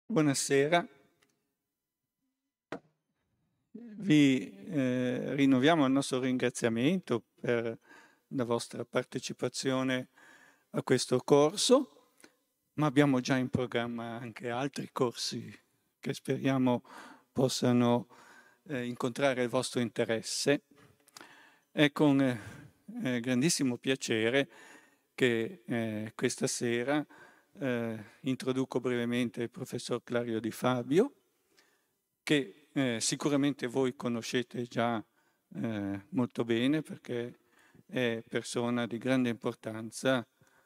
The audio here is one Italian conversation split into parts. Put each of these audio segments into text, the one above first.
Buonasera, vi rinnoviamo il nostro ringraziamento per la vostra partecipazione a questo corso, ma abbiamo già in programma anche altri corsi che speriamo possano incontrare il vostro interesse. È con grandissimo piacere che questa sera introduco brevemente il professor Clario Di Fabio, che sicuramente voi conoscete già molto bene perché è persona di grande importanza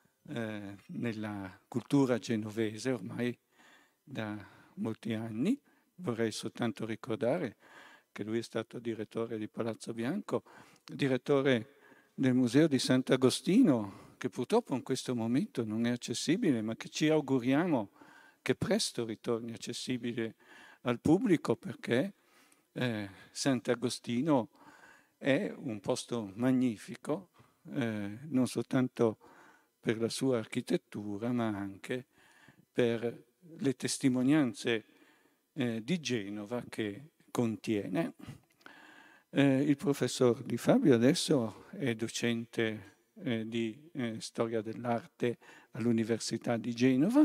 nella cultura genovese ormai da molti anni. Vorrei soltanto ricordare che lui è stato direttore di Palazzo Bianco, direttore del Museo di Sant'Agostino, che purtroppo in questo momento non è accessibile, ma che ci auguriamo che presto ritorni accessibile al pubblico, perché Sant'Agostino è un posto magnifico, non soltanto per la sua architettura, ma anche per le testimonianze di Genova che contiene. Il professor Di Fabio adesso è docente di storia dell'arte all'Università di Genova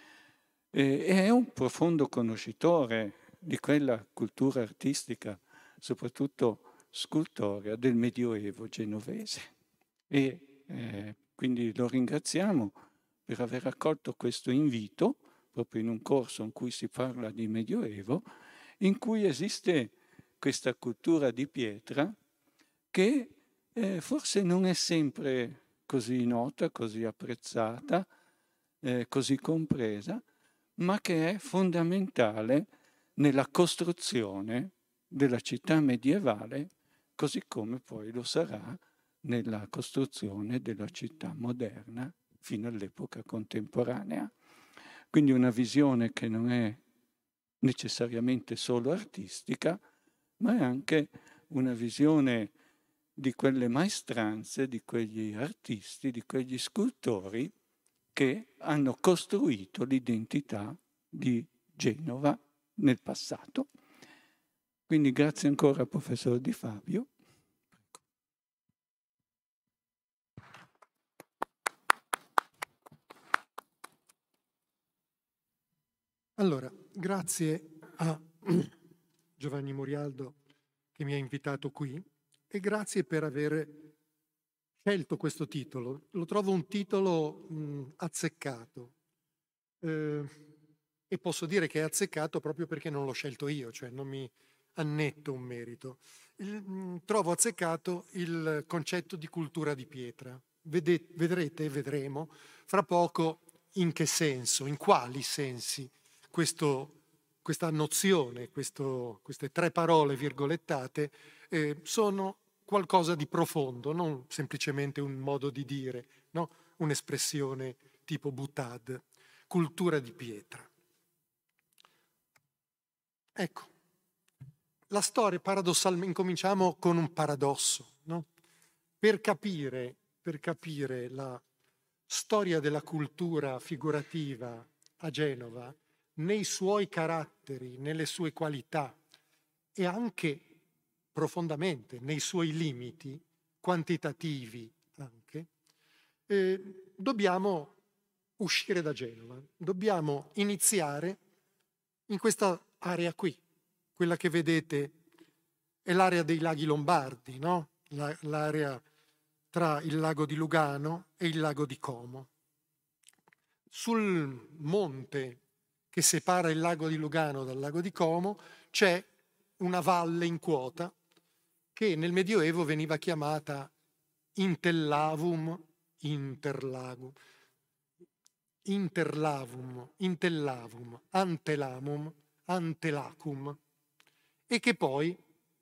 e è un profondo conoscitore di quella cultura artistica, soprattutto scultorea, del Medioevo genovese. E quindi lo ringraziamo per aver accolto questo invito, proprio in un corso in cui si parla di Medioevo, in cui esiste questa cultura di pietra che forse non è sempre così nota, così apprezzata, così compresa, ma che è fondamentale nella costruzione della città medievale, così come poi lo sarà nella costruzione della città moderna fino all'epoca contemporanea. Quindi una visione che non è necessariamente solo artistica, ma è anche una visione di quelle maestranze, di quegli artisti, di quegli scultori che hanno costruito l'identità di Genova nel passato. Quindi grazie ancora, professor Di Fabio. Allora, grazie a Giovanni Morialdo che mi ha invitato qui e grazie per aver scelto questo titolo. Lo trovo un titolo azzeccato e posso dire che è azzeccato proprio perché non l'ho scelto io, cioè non mi annetto un merito. Trovo azzeccato il concetto di cultura di pietra. Vedremo fra poco in che senso, in quali sensi questa nozione, queste tre parole virgolettate sono qualcosa di profondo, non semplicemente un modo di dire, no? Un'espressione tipo butad, cultura di pietra. Ecco, la storia paradossalmente, incominciamo con un paradosso, no? Per capire la storia della cultura figurativa a Genova, nei suoi caratteri, nelle sue qualità e anche profondamente nei suoi limiti, quantitativi anche, dobbiamo uscire da Genova, dobbiamo iniziare in questa area qui, quella che vedete è l'area dei laghi Lombardi, no? L'area tra il lago di Lugano e il lago di Como. Sul monte che separa il lago di Lugano dal lago di Como c'è una valle in quota che nel Medioevo veniva chiamata Interlavum, Antelamum, Antelacum, e che poi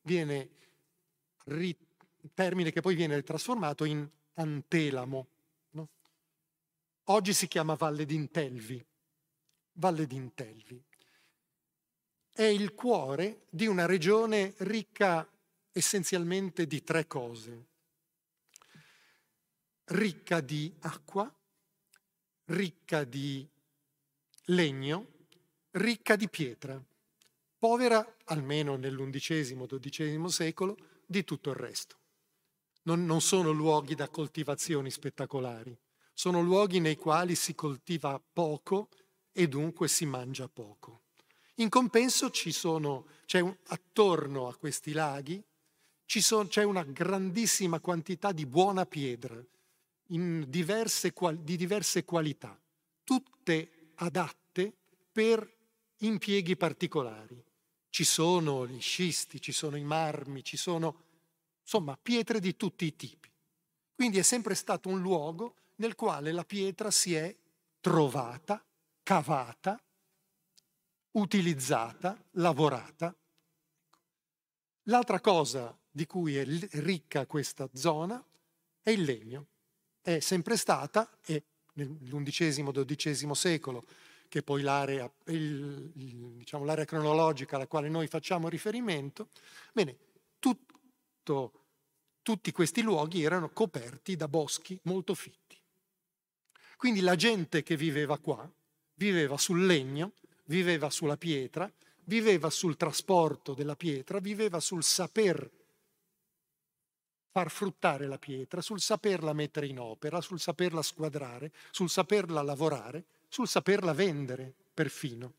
termine che poi viene trasformato in Antelamo. No? Oggi si chiama Valle d'Intelvi. Valle d'Intelvi. È il cuore di una regione ricca essenzialmente di tre cose. Ricca di acqua, ricca di legno ricca di pietra, povera, almeno nell'XI-XII secolo, di tutto il resto. Non sono luoghi da coltivazioni spettacolari, sono luoghi nei quali si coltiva poco e dunque si mangia poco. In compenso attorno a questi laghi c'è una grandissima quantità di buona pietra di diverse qualità, tutte adatte per impieghi particolari. Ci sono gli scisti, ci sono i marmi, ci sono insomma pietre di tutti i tipi. Quindi è sempre stato un luogo nel quale la pietra si è trovata, cavata, utilizzata, lavorata. L'altra cosa di cui è ricca questa zona è il legno. È sempre stata, e nell'XI-XII secolo, che è poi l'area cronologica alla quale noi facciamo riferimento, bene, tutti questi luoghi erano coperti da boschi molto fitti. Quindi la gente che viveva qua viveva sul legno, viveva sulla pietra, viveva sul trasporto della pietra, viveva sul saper far fruttare la pietra, sul saperla mettere in opera, sul saperla squadrare, sul saperla lavorare, sul saperla vendere perfino.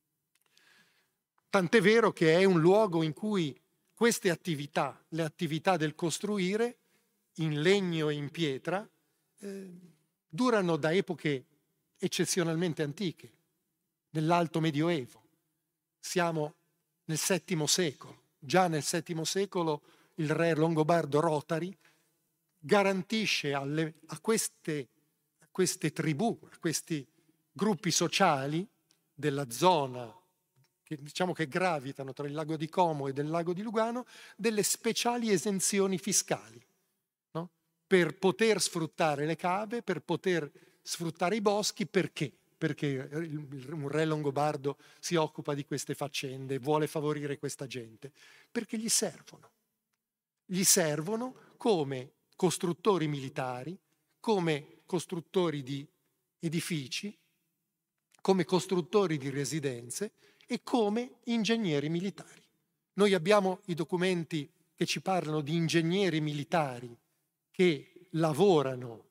Tant'è vero che è un luogo in cui queste attività, le attività del costruire in legno e in pietra, durano da epoche eccezionalmente antiche, nell'Alto Medioevo. Siamo nel VII secolo. Già nel VII secolo il re longobardo Rotari garantisce a queste tribù, a questi gruppi sociali della zona che gravitano tra il lago di Como e del lago di Lugano, delle speciali esenzioni fiscali, no? Per poter sfruttare le cave, per poter sfruttare i boschi. Perché? Perché un re longobardo si occupa di queste faccende e vuole favorire questa gente? Perché gli servono. Gli servono come costruttori militari, come costruttori di edifici, come costruttori di residenze e come ingegneri militari. Noi abbiamo i documenti che ci parlano di ingegneri militari che lavorano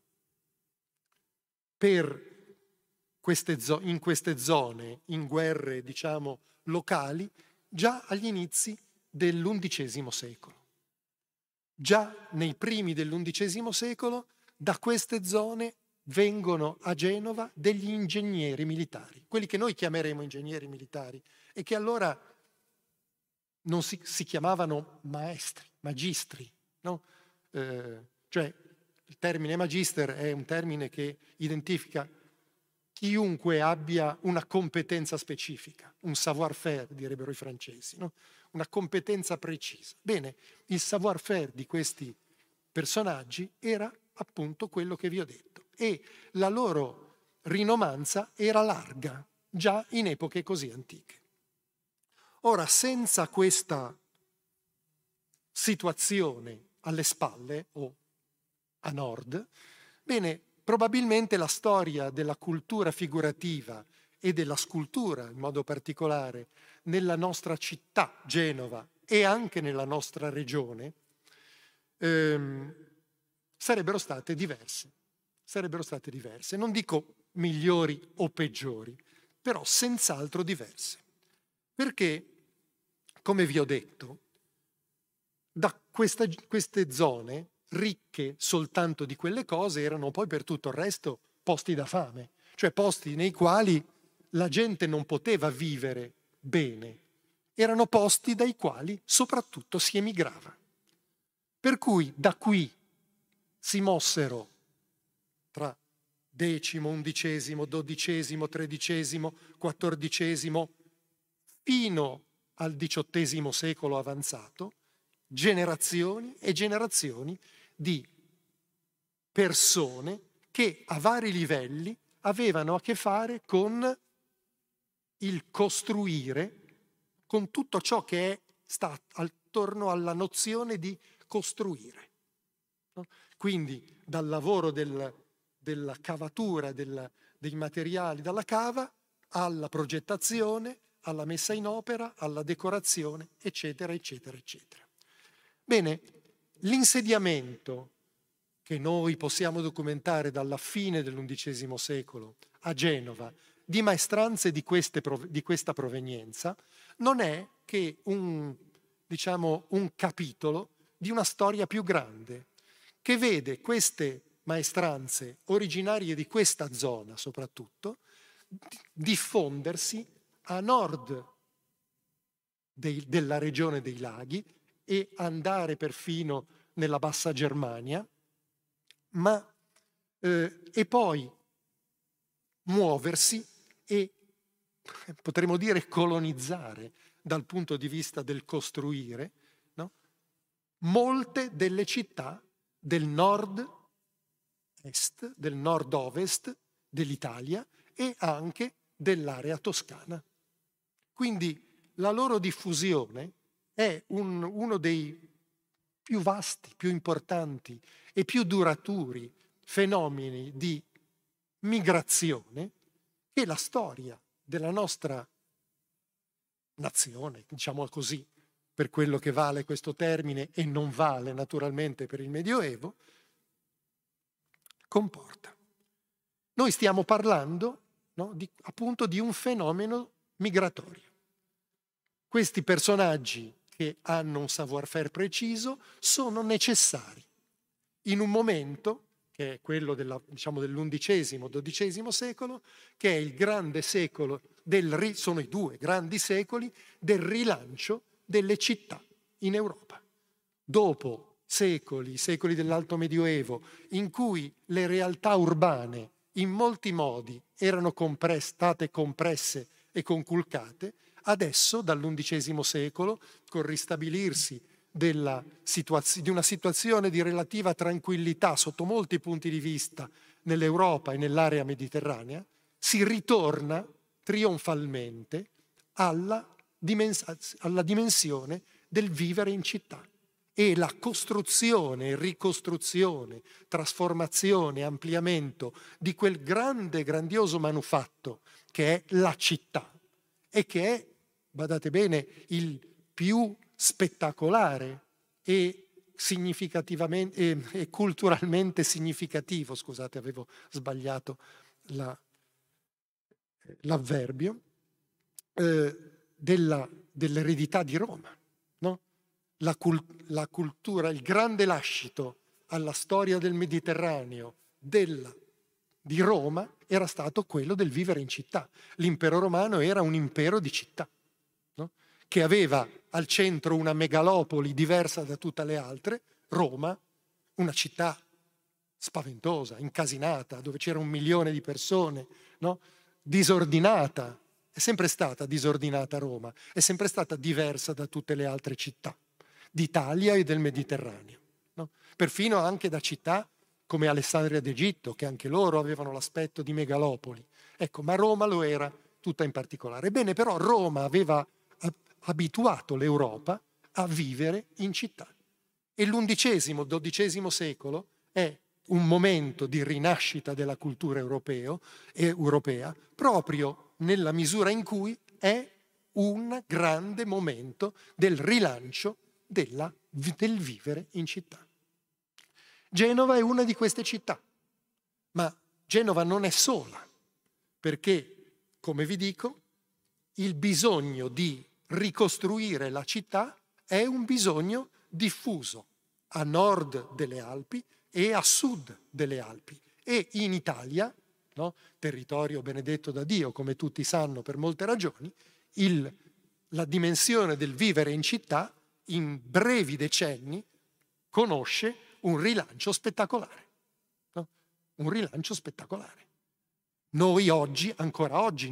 in queste zone, in guerre, locali, già agli inizi dell'XI secolo. Già nei primi dell'XI secolo, da queste zone vengono a Genova degli ingegneri militari, quelli che noi chiameremo ingegneri militari e che allora non si chiamavano magistri, no? Cioè il termine magister è un termine che identifica chiunque abbia una competenza specifica, un savoir-faire, direbbero i francesi, no? Una competenza precisa. Bene, il savoir-faire di questi personaggi era appunto quello che vi ho detto e la loro rinomanza era larga, già in epoche così antiche. Ora, senza questa situazione alle spalle o a nord, bene, probabilmente la storia della cultura figurativa e della scultura, in modo particolare, nella nostra città, Genova, e anche nella nostra regione, sarebbero state diverse. Sarebbero state diverse. Non dico migliori o peggiori, però senz'altro diverse. Perché, come vi ho detto, da queste zone ricche soltanto di quelle cose erano poi per tutto il resto posti da fame, cioè posti nei quali la gente non poteva vivere bene, erano posti dai quali soprattutto si emigrava. Per cui da qui si mossero tra X, XI, XII, XIII, XIV fino al XVIII secolo avanzato, generazioni e generazioni di persone che a vari livelli avevano a che fare con il costruire, con tutto ciò che sta attorno alla nozione di costruire. No? Quindi dal lavoro della cavatura dei materiali dalla cava alla progettazione, alla messa in opera, alla decorazione, eccetera, eccetera, eccetera. Bene, l'insediamento che noi possiamo documentare dalla fine dell'XI secolo a Genova di maestranze di questa provenienza non è che un capitolo di una storia più grande che vede queste maestranze originarie di questa zona soprattutto diffondersi a nord della regione dei laghi e andare perfino nella Bassa Germania, e poi muoversi e potremmo dire colonizzare dal punto di vista del costruire, no? Molte delle città del nord-est, del nord-ovest dell'Italia e anche dell'area toscana. Quindi la loro diffusione è uno dei più vasti, più importanti e più duraturi fenomeni di migrazione che la storia della nostra nazione, diciamo così, per quello che vale questo termine e non vale naturalmente per il Medioevo, comporta. Noi stiamo parlando, no, appunto di un fenomeno migratorio. Questi personaggi che hanno un savoir-faire preciso sono necessari in un momento che è quello dell'XI-XII secolo, che è il grande secolo sono i due grandi secoli del rilancio delle città in Europa. Dopo secoli dell'Alto Medioevo, in cui le realtà urbane in molti modi erano state compresse e conculcate, adesso dall'XI secolo, col ristabilirsi di una situazione di relativa tranquillità sotto molti punti di vista nell'Europa e nell'area mediterranea, si ritorna trionfalmente alla dimensione del vivere in città. E la costruzione, ricostruzione, trasformazione, ampliamento di quel grandioso manufatto che è la città e che è, badate bene, il più spettacolare e significativamente e culturalmente significativo, scusate, avevo sbagliato l'avverbio, dell'eredità di Roma, no? La cultura, il grande lascito alla storia del Mediterraneo di Roma era stato quello del vivere in città. L'impero romano era un impero di città, no? Che aveva al centro una megalopoli diversa da tutte le altre, Roma, una città spaventosa, incasinata, dove c'era 1 milione di persone, no? Disordinata. È sempre stata disordinata Roma, è sempre stata diversa da tutte le altre città d'Italia e del Mediterraneo, no? Perfino anche da città come Alessandria d'Egitto, che anche loro avevano l'aspetto di megalopoli. Ecco, ma Roma lo era tutta in particolare. Ebbene, però Roma aveva abituato l'Europa a vivere in città. E l'XI-XII secolo è un momento di rinascita della cultura europea, proprio nella misura in cui è un grande momento del rilancio del vivere in città. Genova è una di queste città, ma Genova non è sola, perché, come vi dico, il bisogno di ricostruire la città è un bisogno diffuso a nord delle Alpi e a sud delle Alpi. E in Italia, no, territorio benedetto da Dio, come tutti sanno per molte ragioni, la dimensione del vivere in città in brevi decenni conosce un rilancio spettacolare. No? Un rilancio spettacolare. Noi oggi, ancora oggi,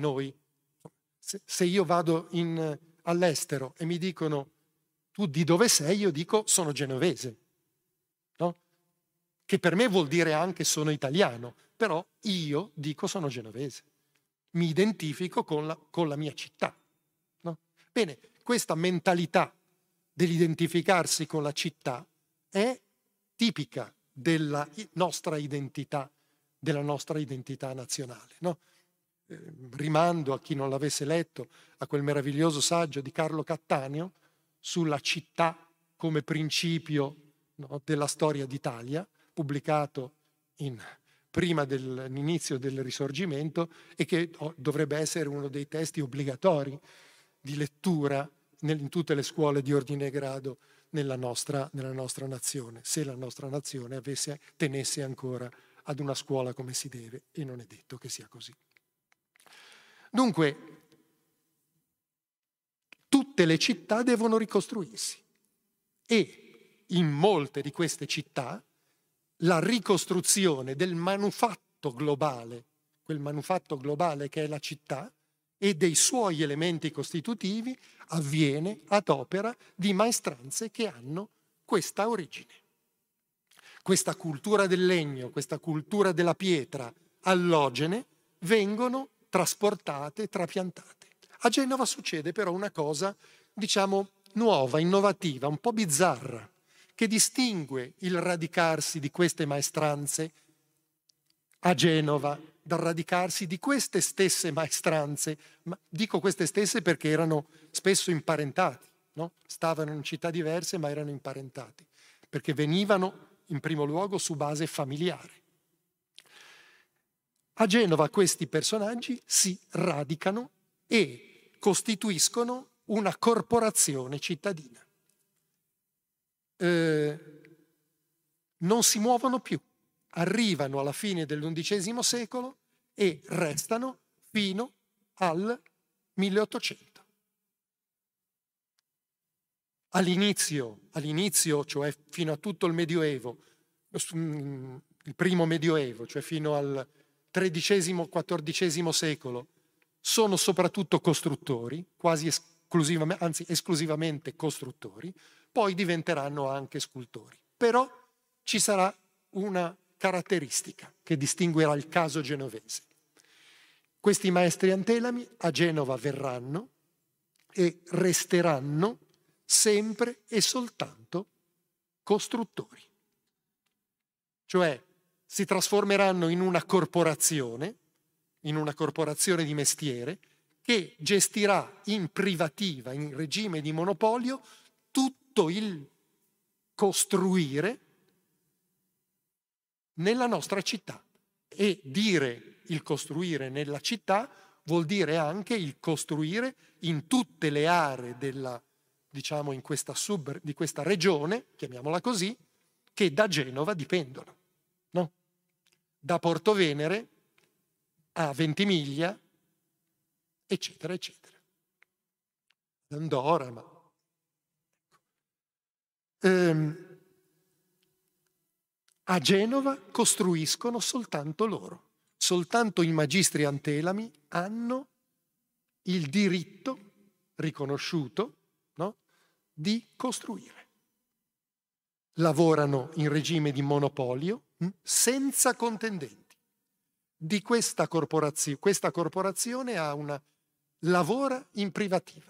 se io vado all'estero e mi dicono tu di dove sei, io dico sono genovese, no? Che per me vuol dire anche sono italiano, però io dico sono genovese, mi identifico con la mia città, no? Bene, questa mentalità dell'identificarsi con la città è tipica della nostra identità nazionale, no? rimando a chi non l'avesse letto a quel meraviglioso saggio di Carlo Cattaneo sulla città come principio, no, della storia d'Italia, pubblicato prima dell'inizio del Risorgimento e che dovrebbe essere uno dei testi obbligatori di lettura in tutte le scuole di ordine e grado nella nostra nazione, se la nostra nazione tenesse ancora ad una scuola come si deve, e non è detto che sia così. Dunque, tutte le città devono ricostruirsi e in molte di queste città la ricostruzione del manufatto globale, quel manufatto globale che è la città, e dei suoi elementi costitutivi avviene ad opera di maestranze che hanno questa origine. Questa cultura del legno, questa cultura della pietra allogene vengono trasportate, trapiantate. A Genova succede però una cosa, diciamo, nuova, innovativa, un po' bizzarra, che distingue il radicarsi di queste maestranze a Genova dal radicarsi di queste stesse maestranze. Ma dico queste stesse perché erano spesso imparentati, no? Stavano in città diverse ma erano imparentati, perché venivano in primo luogo su base familiare. A Genova questi personaggi si radicano e costituiscono una corporazione cittadina. Non si muovono più, arrivano alla fine dell'XI secolo e restano fino al 1800. All'inizio, cioè fino a tutto il Medioevo, il primo Medioevo, cioè fino al XIII-XIV secolo, sono soprattutto costruttori, esclusivamente costruttori, poi diventeranno anche scultori. Però ci sarà una caratteristica che distinguerà il caso genovese. Questi maestri antelami a Genova verranno e resteranno sempre e soltanto costruttori. Cioè si trasformeranno in una corporazione di mestiere che gestirà in privativa, in regime di monopolio, tutto il costruire nella nostra città. E dire il costruire nella città vuol dire anche il costruire in tutte le aree di questa regione, chiamiamola così, che da Genova dipendono, no? Da Porto Venere a Ventimiglia, eccetera, eccetera. Andorra, ma... A Genova costruiscono soltanto loro. Soltanto i magistri antelami hanno il diritto riconosciuto, no, di costruire. Lavorano in regime di monopolio senza contendenti. Di questa corporazione lavora in privativa.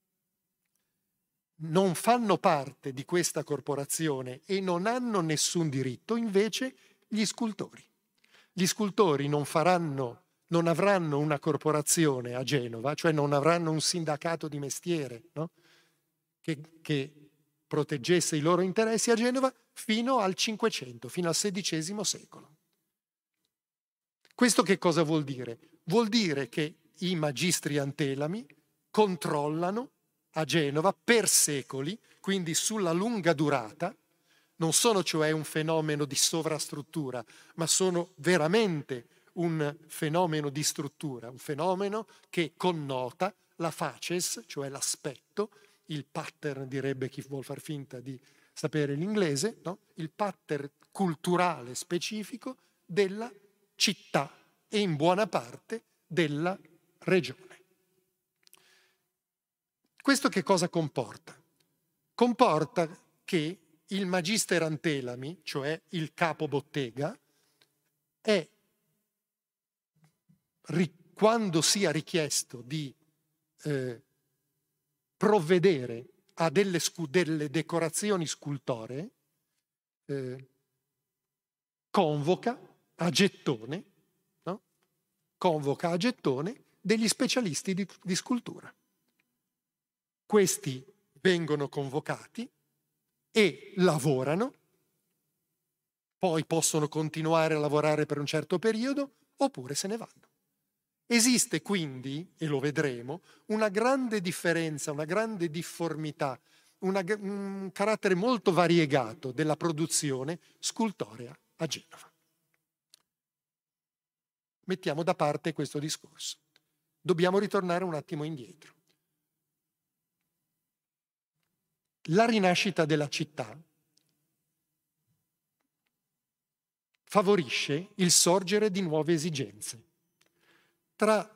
Non fanno parte di questa corporazione e non hanno nessun diritto invece gli scultori. Gli scultori non avranno una corporazione a Genova, cioè non avranno un sindacato di mestiere, no? che proteggesse i loro interessi a Genova fino al Cinquecento, fino al XVI secolo. Questo che cosa vuol dire? Vuol dire che i magistri antelami controllano a Genova per secoli, quindi sulla lunga durata, non sono cioè un fenomeno di sovrastruttura, ma sono veramente un fenomeno di struttura, un fenomeno che connota la facies, cioè l'aspetto, il pattern, direbbe chi vuol far finta di sapere l'inglese, no? Il pattern culturale specifico della città e in buona parte della regione. Questo che cosa comporta? Comporta che il magister antelami, cioè il capo bottega, quando sia richiesto di provvedere a delle decorazioni scultoree, convoca a gettone, no? convoca a gettone degli specialisti di scultura. Questi vengono convocati e lavorano, poi possono continuare a lavorare per un certo periodo oppure se ne vanno. Esiste quindi, e lo vedremo, una grande differenza, una grande difformità, un carattere molto variegato della produzione scultorea a Genova. Mettiamo da parte questo discorso. Dobbiamo ritornare un attimo indietro. La rinascita della città favorisce il sorgere di nuove esigenze. Tra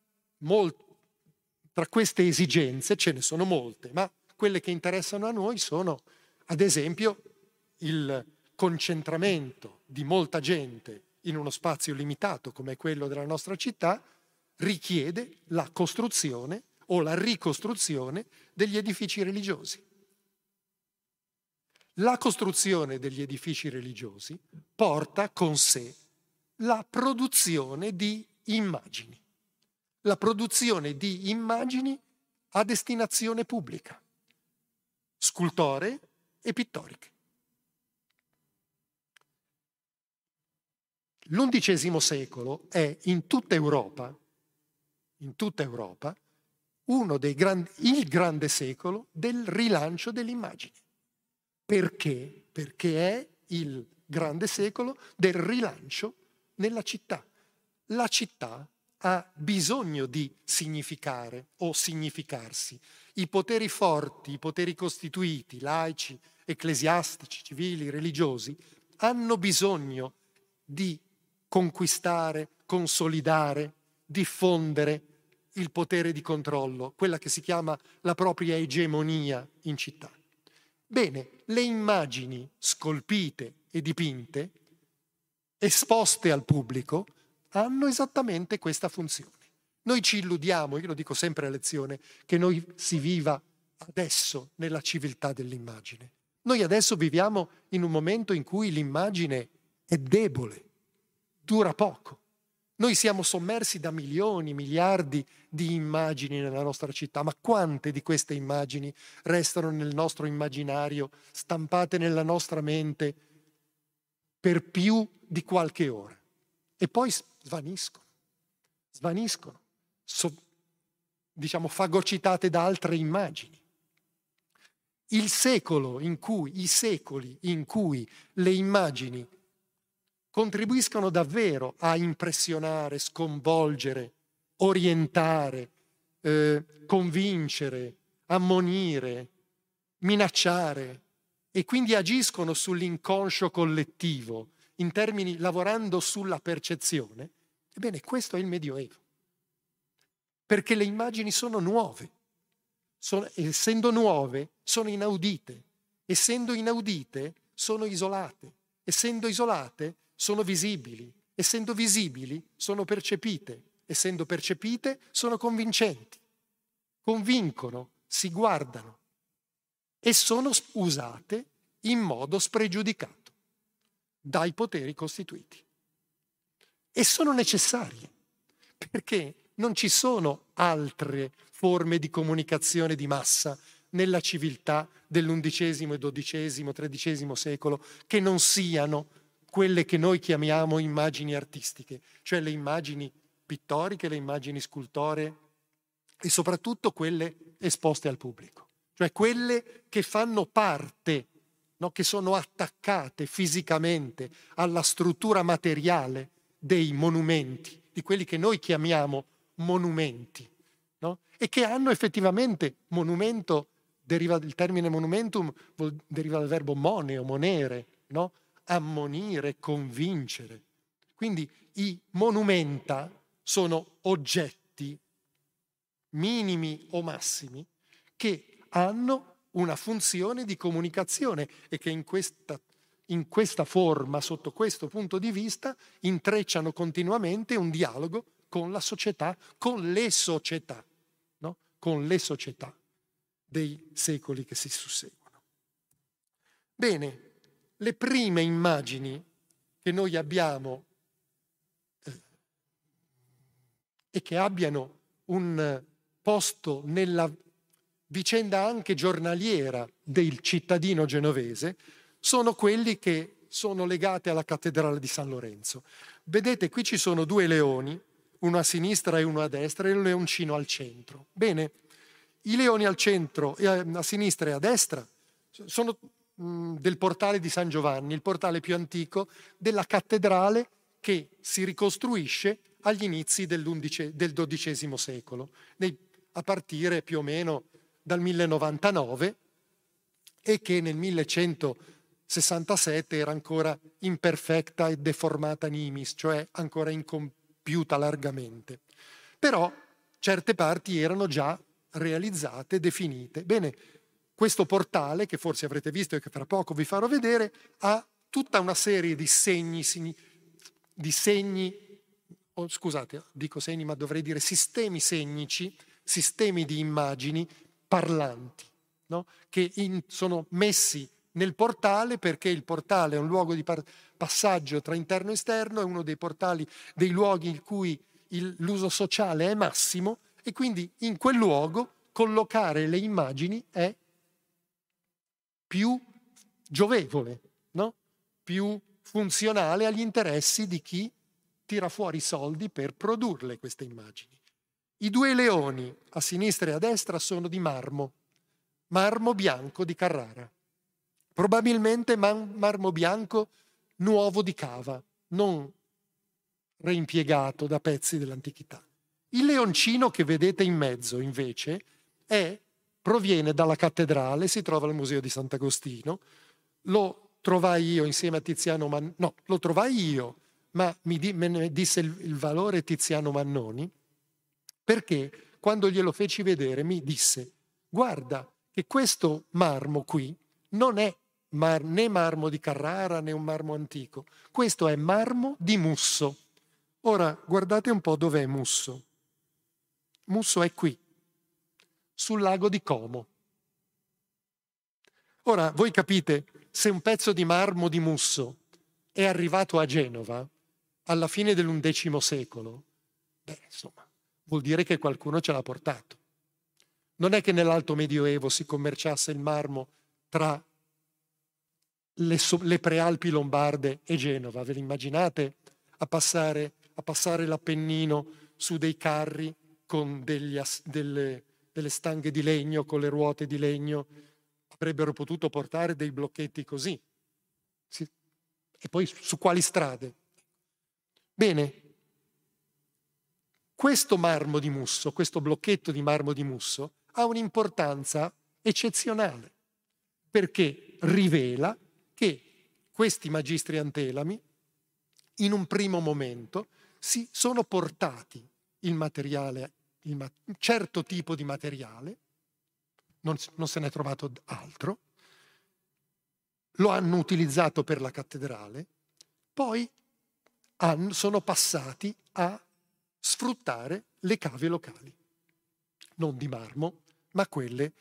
queste esigenze ce ne sono molte, ma quelle che interessano a noi sono, ad esempio, il concentramento di molta gente in uno spazio limitato come quello della nostra città, richiede la costruzione o la ricostruzione degli edifici religiosi. La costruzione degli edifici religiosi porta con sé la produzione di immagini. La produzione di immagini a destinazione pubblica, scultoree e pittoriche. L'undicesimo secolo è in tutta Europa, il grande secolo del rilancio delle immagini. Perché? Perché è il grande secolo del rilancio nella città. La città ha bisogno di significare o significarsi. I poteri forti, i poteri costituiti, laici, ecclesiastici, civili, religiosi, hanno bisogno di conquistare, consolidare, diffondere il potere di controllo, quella che si chiama la propria egemonia in città. Bene, le immagini scolpite e dipinte, esposte al pubblico, hanno esattamente questa funzione. Noi ci illudiamo, io lo dico sempre a lezione, che noi si viva adesso nella civiltà dell'immagine. Noi adesso viviamo in un momento in cui l'immagine è debole, dura poco. Noi siamo sommersi da milioni, miliardi di immagini nella nostra città, ma quante di queste immagini restano nel nostro immaginario, stampate nella nostra mente per più di qualche ora? E poi svaniscono, fagocitate da altre immagini. I secoli in cui le immagini contribuiscono davvero a impressionare, sconvolgere, orientare, convincere, ammonire, minacciare e quindi agiscono sull'inconscio collettivo in termini lavorando sulla percezione, ebbene questo è il Medioevo. Perché le immagini sono nuove, essendo nuove sono inaudite, essendo inaudite sono isolate, essendo isolate sono visibili, essendo visibili sono percepite, essendo percepite sono convincenti, convincono, si guardano e sono usate in modo spregiudicato dai poteri costituiti. E sono necessarie, perché non ci sono altre forme di comunicazione di massa nella civiltà dell'undicesimo, XII, XIII secolo che non siano quelle che noi chiamiamo immagini artistiche, cioè le immagini pittoriche, le immagini scultoree e soprattutto quelle esposte al pubblico, cioè quelle che fanno parte, no, che sono attaccate fisicamente alla struttura materiale dei monumenti, di quelli che noi chiamiamo monumenti, no? E che hanno effettivamente monumento, il termine monumentum deriva dal verbo moneo, monere, no? Ammonire, convincere. Quindi i monumenta sono oggetti minimi o massimi che hanno una funzione di comunicazione e che in questa forma, sotto questo punto di vista, intrecciano continuamente un dialogo con la società, con le società, no? Con le società dei secoli che si susseguono. Bene, le prime immagini che noi abbiamo e che abbiano un posto nella vicenda anche giornaliera del cittadino genovese sono quelli che sono legati alla cattedrale di San Lorenzo. Vedete, qui ci sono due leoni, uno a sinistra e uno a destra, e un leoncino al centro. Bene, i leoni al centro, a sinistra e a destra, sono del portale di San Giovanni, il portale più antico della cattedrale che si ricostruisce agli inizi del XII secolo, a partire più o meno dal 1099, e che nel 1167 era ancora imperfecta e deformata nimis, cioè ancora incompiuta largamente. Però certe parti erano già realizzate, definite. Bene, questo portale, che forse avrete visto e che fra poco vi farò vedere, ha tutta una serie di segni, scusate, dico segni, ma dovrei dire sistemi segnici, sistemi di immagini parlanti, no? Che sono messi nel portale, perché il portale è un luogo di passaggio tra interno e esterno, è uno dei portali, dei luoghi in cui l'uso sociale è massimo, e quindi in quel luogo collocare le immagini è più giovevole, no? Più funzionale agli interessi di chi tira fuori soldi per produrle queste immagini. I due leoni a sinistra e a destra sono di marmo bianco di Carrara, probabilmente marmo bianco nuovo di cava, non reimpiegato da pezzi dell'antichità. Il leoncino che vedete in mezzo, invece, proviene dalla cattedrale, si trova al Museo di Sant'Agostino. Lo trovai io insieme a Tiziano Mannoni. No, lo trovai io, ma me ne disse il valore Tiziano Mannoni, perché quando glielo feci vedere mi disse: guarda che questo marmo qui non è né marmo di Carrara né un marmo antico, questo è marmo di Musso. Ora guardate un po' dov'è Musso. Musso è qui, sul lago di Como. Ora voi capite, se un pezzo di marmo di Musso è arrivato a Genova alla fine dell'undecimo secolo, insomma, vuol dire che qualcuno ce l'ha portato. Non è che nell'Alto Medioevo si commerciasse il marmo tra le prealpi lombarde e Genova. Ve l'immaginate a passare l'Appennino su dei carri con delle stanghe di legno, con le ruote di legno? Avrebbero potuto portare dei blocchetti così. E poi su quali strade? Bene, questo marmo di Musso, questo blocchetto di marmo di Musso, ha un'importanza eccezionale, perché rivela che questi magistri antelami, in un primo momento, si sono portati il materiale, un certo tipo di materiale, non se n'è trovato altro, lo hanno utilizzato per la cattedrale, poi sono passati a sfruttare le cave locali, non di marmo, ma quelle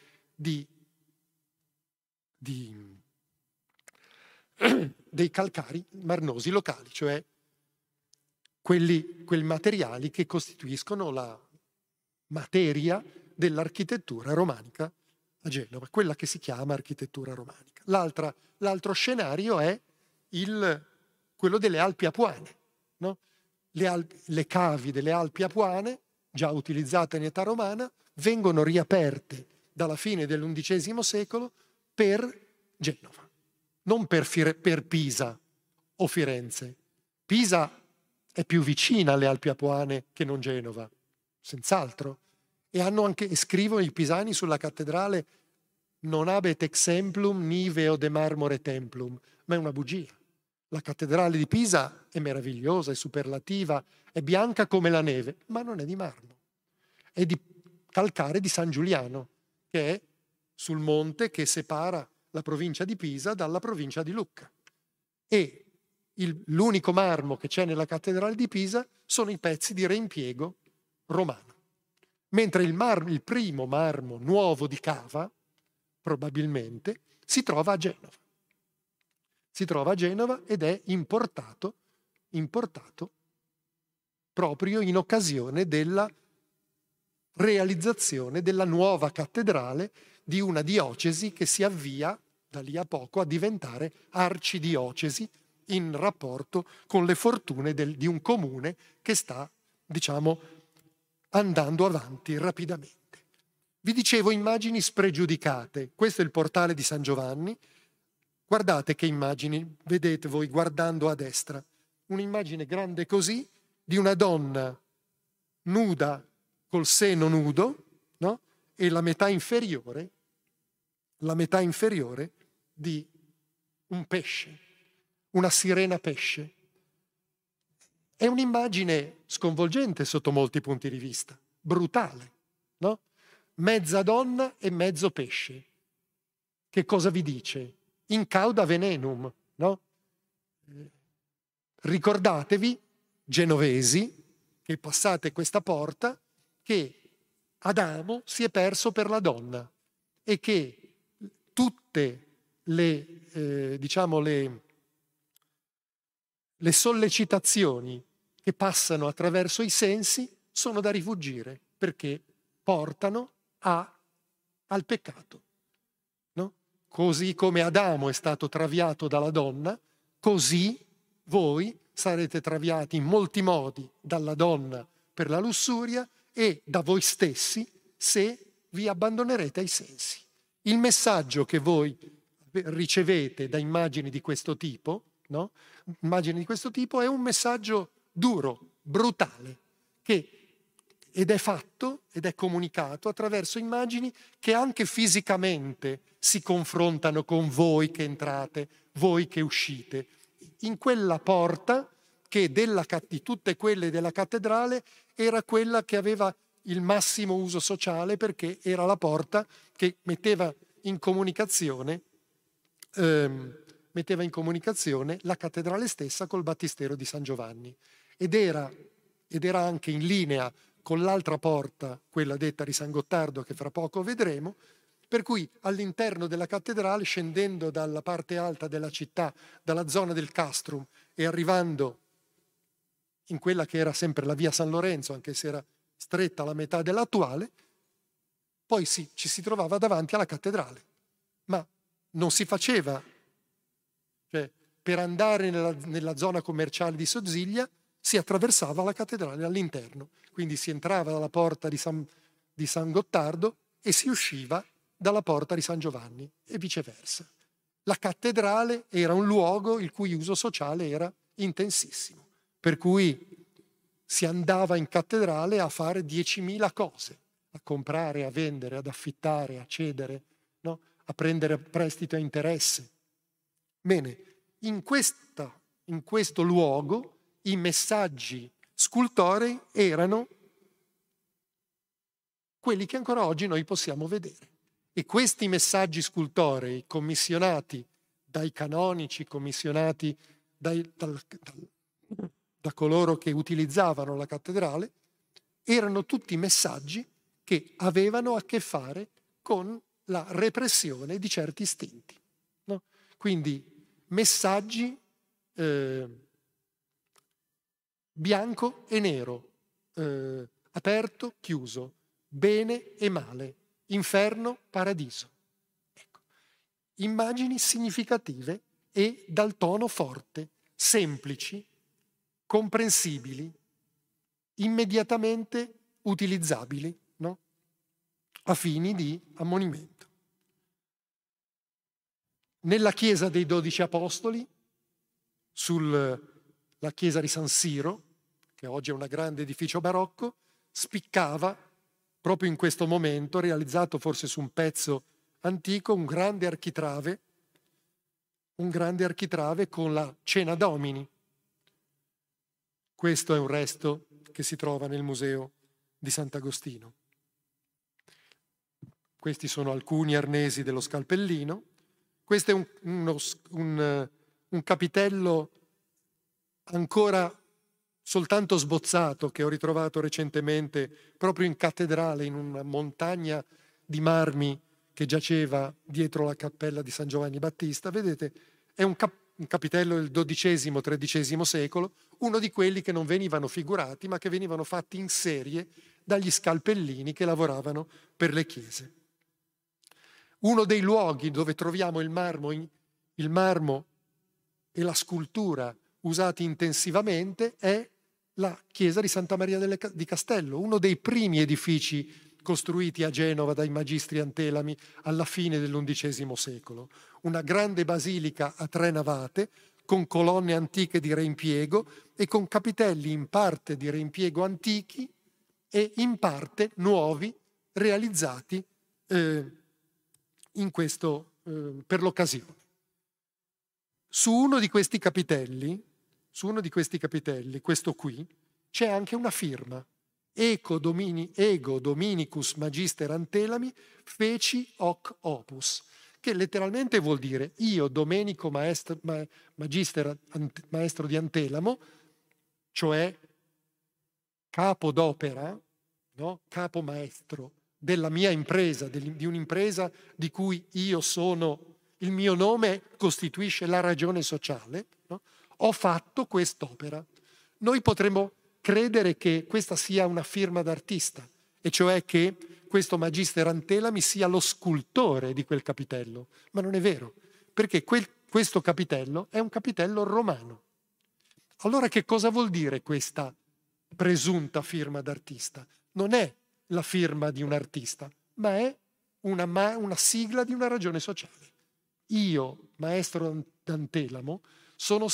dei calcari marnosi locali, cioè quei materiali che costituiscono la materia dell'architettura romanica a Genova, quella che si chiama architettura romanica. L'altro scenario è quello delle Alpi Apuane, no? Le cavi delle Alpi Apuane, già utilizzate in età romana, vengono riaperte dalla fine dell'undicesimo secolo per Genova, non per Pisa o Firenze. Pisa è più vicina alle Alpi Apuane che non Genova, senz'altro. E scrivono i pisani sulla cattedrale: non habet exemplum niveo de marmore templum, ma è una bugia. La cattedrale di Pisa è meravigliosa, è superlativa, è bianca come la neve, ma non è di marmo. È di calcare di San Giuliano, che è sul monte che separa la provincia di Pisa dalla provincia di Lucca. E l'unico marmo che c'è nella cattedrale di Pisa sono i pezzi di reimpiego romano. Mentre il primo marmo nuovo di cava, probabilmente, si trova a Genova. Si trova a Genova ed è importato proprio in occasione della realizzazione della nuova cattedrale di una diocesi che si avvia da lì a poco a diventare arcidiocesi in rapporto con le fortune di un comune che sta, diciamo, andando avanti rapidamente. Vi dicevo immagini spregiudicate. Questo è il portale di San Giovanni. Guardate che immagini vedete voi guardando a destra. Un'immagine grande così di una donna nuda col seno nudo, no? E la metà inferiore di un pesce, una sirena pesce. È un'immagine sconvolgente sotto molti punti di vista, brutale, no? Mezza donna e mezzo pesce. Che cosa vi dice? In cauda venenum, no? Ricordatevi, genovesi, che passate questa porta, che Adamo si è perso per la donna e che tutte le sollecitazioni che passano attraverso i sensi sono da rifuggire perché portano al peccato. No? Così come Adamo è stato traviato dalla donna, così voi sarete traviati in molti modi dalla donna per la lussuria e da voi stessi se vi abbandonerete ai sensi. Il messaggio che voi ricevete da immagini di questo tipo, no? Immagini di questo tipo è un messaggio duro, brutale, ed è comunicato attraverso immagini che anche fisicamente si confrontano con voi che entrate, voi che uscite. In quella porta che di tutte quelle della cattedrale era quella che aveva il massimo uso sociale perché era la porta che metteva in comunicazione la cattedrale stessa col battistero di San Giovanni ed era anche in linea con l'altra porta, quella detta di San Gottardo che fra poco vedremo, per cui all'interno della cattedrale, scendendo dalla parte alta della città, dalla zona del Castrum e arrivando in quella che era sempre la via San Lorenzo, anche se era stretta la metà dell'attuale, poi ci si trovava davanti alla cattedrale, ma non si faceva, cioè per andare nella zona commerciale di Sozziglia si attraversava la cattedrale all'interno, quindi si entrava dalla porta di San Gottardo e si usciva dalla porta di San Giovanni e viceversa. La cattedrale era un luogo il cui uso sociale era intensissimo, per cui si andava in cattedrale a fare 10.000 cose, a comprare, a vendere, ad affittare, a cedere, no? A prendere a prestito a interesse. Bene, in questo luogo i messaggi scultorei erano quelli che ancora oggi noi possiamo vedere. E questi messaggi scultorei commissionati dai canonici, commissionati da coloro che utilizzavano la cattedrale, erano tutti messaggi che avevano a che fare con la repressione di certi istinti. No? Quindi messaggi bianco e nero, aperto, chiuso, bene e male, inferno, paradiso. Ecco. Immagini significative e dal tono forte, semplici, comprensibili, immediatamente utilizzabili, no? A fini di ammonimento. Nella chiesa dei 12 Apostoli, sulla chiesa di San Siro, che oggi è un grande edificio barocco, spiccava proprio in questo momento, realizzato forse su un pezzo antico, un grande architrave con la Cena Domini. Questo è un resto che si trova nel museo di Sant'Agostino. Questi sono alcuni arnesi dello Scalpellino. Questo è un capitello ancora soltanto sbozzato che ho ritrovato recentemente proprio in cattedrale, in una montagna di marmi che giaceva dietro la cappella di San Giovanni Battista. Vedete, è un un capitello del XII-XIII secolo, uno di quelli che non venivano figurati, ma che venivano fatti in serie dagli scalpellini che lavoravano per le chiese. Uno dei luoghi dove troviamo il marmo e la scultura usati intensivamente è la chiesa di Santa Maria di Castello, uno dei primi edifici costruiti a Genova dai magistri antelami alla fine dell'XI secolo. Una grande basilica a 3 navate, con colonne antiche di reimpiego e con capitelli in parte di reimpiego antichi e in parte nuovi realizzati per l'occasione. Su uno di questi capitelli, questo qui, c'è anche una firma. Ego Dominicus Magister Antelami feci hoc opus, che letteralmente vuol dire io, Domenico maestro di Antelamo, cioè capo d'opera, no? Capo maestro della mia impresa, di un'impresa di cui io sono, il mio nome costituisce la ragione sociale, no? Ho fatto quest'opera. Noi potremmo credere che questa sia una firma d'artista, e cioè che questo Magister Antelami sia lo scultore di quel capitello, ma non è vero, perché questo capitello è un capitello romano. Allora che cosa vuol dire questa presunta firma d'artista? Non è la firma di un artista, ma è una sigla di una ragione sociale. Io, maestro d'Antelamo, sono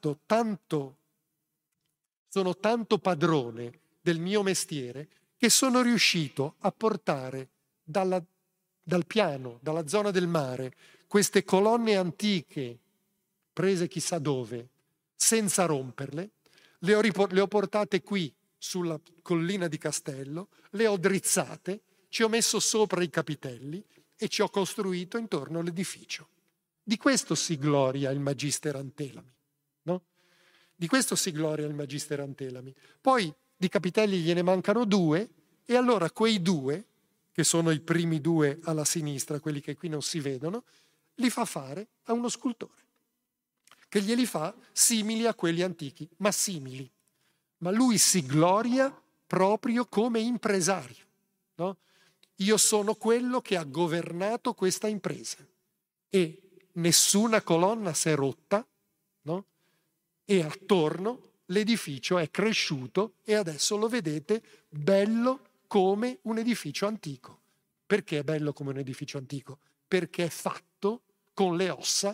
tanto padrone del mio mestiere che sono riuscito a portare dal piano, dalla zona del mare, queste colonne antiche prese chissà dove, senza romperle, le ho portate qui sulla collina di Castello, le ho drizzate, ci ho messo sopra i capitelli e ci ho costruito intorno all'edificio. Di questo si gloria il Magister Antelami, no? Di questo si gloria il Magister Antelami. Poi di capitelli gliene mancano 2, e allora quei 2, che sono i primi 2 alla sinistra, quelli che qui non si vedono, li fa fare a uno scultore, che glieli fa simili a quelli antichi, ma simili. Ma lui si gloria proprio come impresario, no? Io sono quello che ha governato questa impresa e nessuna colonna si è rotta, no? E attorno l'edificio è cresciuto e adesso lo vedete bello come un edificio antico. Perché è bello come un edificio antico? Perché è fatto con le ossa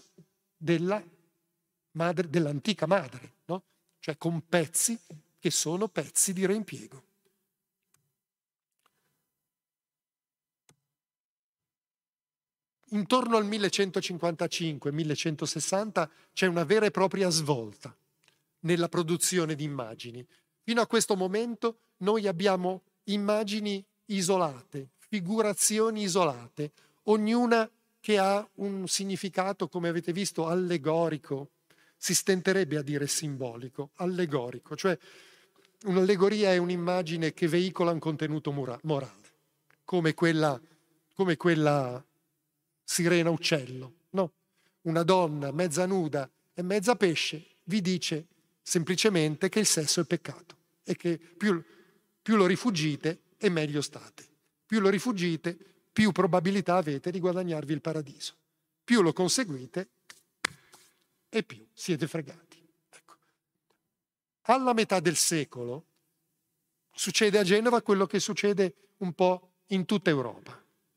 dell'antica madre, no? Cioè con pezzi che sono pezzi di reimpiego. Intorno al 1155-1160 c'è una vera e propria svolta nella produzione di immagini. Fino a questo momento noi abbiamo immagini isolate, figurazioni isolate, ognuna che ha un significato, come avete visto, allegorico. Si stenterebbe a dire simbolico, allegorico, cioè un'allegoria è un'immagine che veicola un contenuto morale, come quella sirena uccello, no? Una donna mezza nuda e mezza pesce vi dice semplicemente che il sesso è peccato e che più lo rifugite e meglio state. Più lo rifugite, più probabilità avete di guadagnarvi il paradiso. Più lo conseguite e più siete fregati. Ecco. Alla metà del secolo succede a Genova quello che succede un po' in tutta Europa.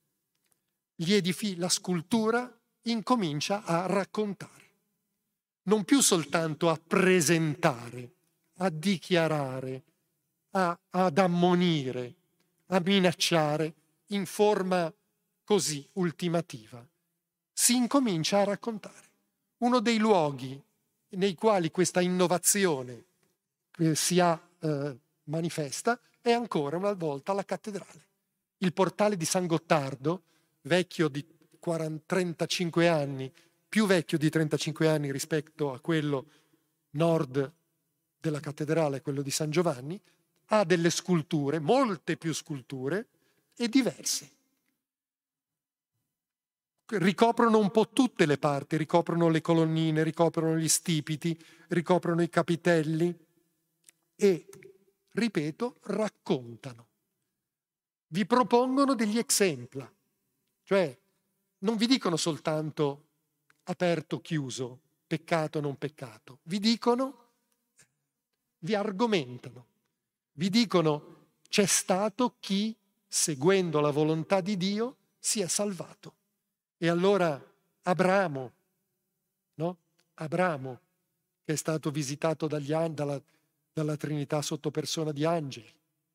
La scultura incomincia a raccontare, non più soltanto a presentare, a dichiarare, ad ammonire, a minacciare in forma così ultimativa. Si incomincia a raccontare. Uno dei luoghi nei quali questa innovazione si manifesta è ancora una volta la cattedrale. Il portale di San Gottardo, vecchio di 35 anni, più vecchio di 35 anni rispetto a quello nord della cattedrale, quello di San Giovanni, ha delle sculture, molte più sculture, e diverse. ricoprono un po' tutte le parti, ricoprono le colonnine, ricoprono gli stipiti, ricoprono i capitelli e, ripeto, raccontano. Vi propongono degli exempla, cioè non vi dicono soltanto aperto, chiuso, peccato, non peccato, vi dicono, vi argomentano, vi dicono c'è stato chi, seguendo la volontà di Dio, si è salvato. E allora Abramo, no? Abramo, che è stato visitato dalla Trinità sotto persona di angeli,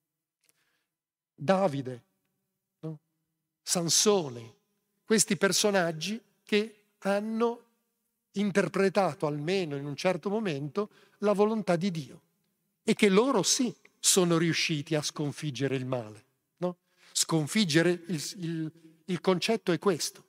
Davide, no? Sansone, questi personaggi che hanno interpretato, almeno in un certo momento, la volontà di Dio e che loro sì sono riusciti a sconfiggere il male. No? Sconfiggere, il concetto è questo.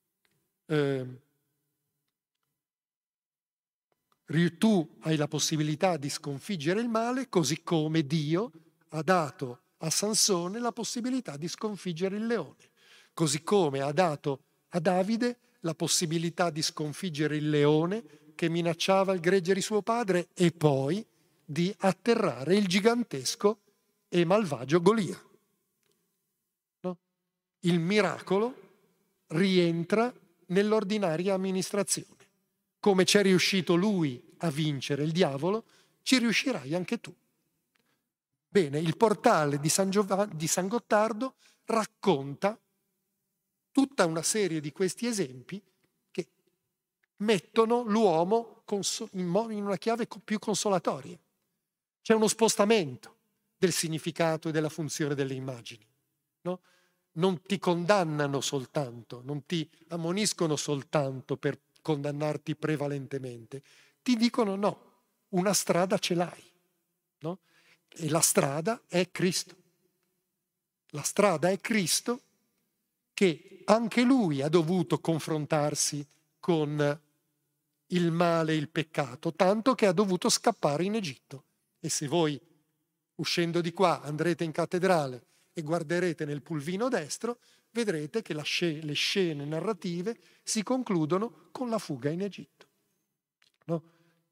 Tu hai la possibilità di sconfiggere il male, così come Dio ha dato a Sansone la possibilità di sconfiggere il leone, così come ha dato a Davide la possibilità di sconfiggere il leone che minacciava il gregge di suo padre e poi di atterrare il gigantesco e malvagio Golia. No? Il miracolo rientra nell'ordinaria amministrazione. Come c'è riuscito lui a vincere il diavolo, ci riuscirai anche tu. Bene, il portale di San Gottardo racconta tutta una serie di questi esempi che mettono l'uomo in una chiave più consolatoria. C'è uno spostamento del significato e della funzione delle immagini. No? Non ti condannano soltanto, non ti ammoniscono soltanto per condannarti prevalentemente. Ti dicono no, una strada ce l'hai. No? E la strada è Cristo. La strada è Cristo che anche lui ha dovuto confrontarsi con il male e il peccato, tanto che ha dovuto scappare in Egitto. E se voi, uscendo di qua, andrete in cattedrale e guarderete nel pulvino destro, vedrete che le scene narrative si concludono con la fuga in Egitto. No?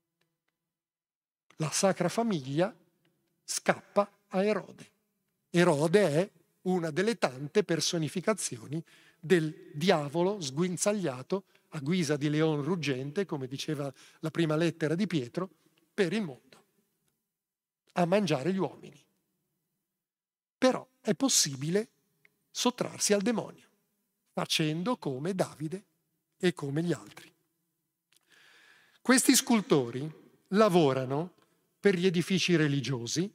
La Sacra Famiglia scappa a Erode. Erode è una delle tante personificazioni del diavolo sguinzagliato a guisa di leon ruggente, come diceva la prima lettera di Pietro, per il mondo, a mangiare gli uomini. Però è possibile sottrarsi al demonio, facendo come Davide e come gli altri. Questi scultori lavorano per gli edifici religiosi,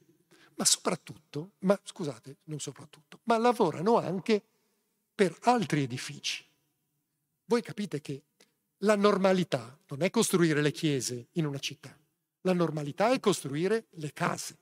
ma lavorano anche per altri edifici. Voi capite che la normalità non è costruire le chiese in una città, la normalità è costruire le case.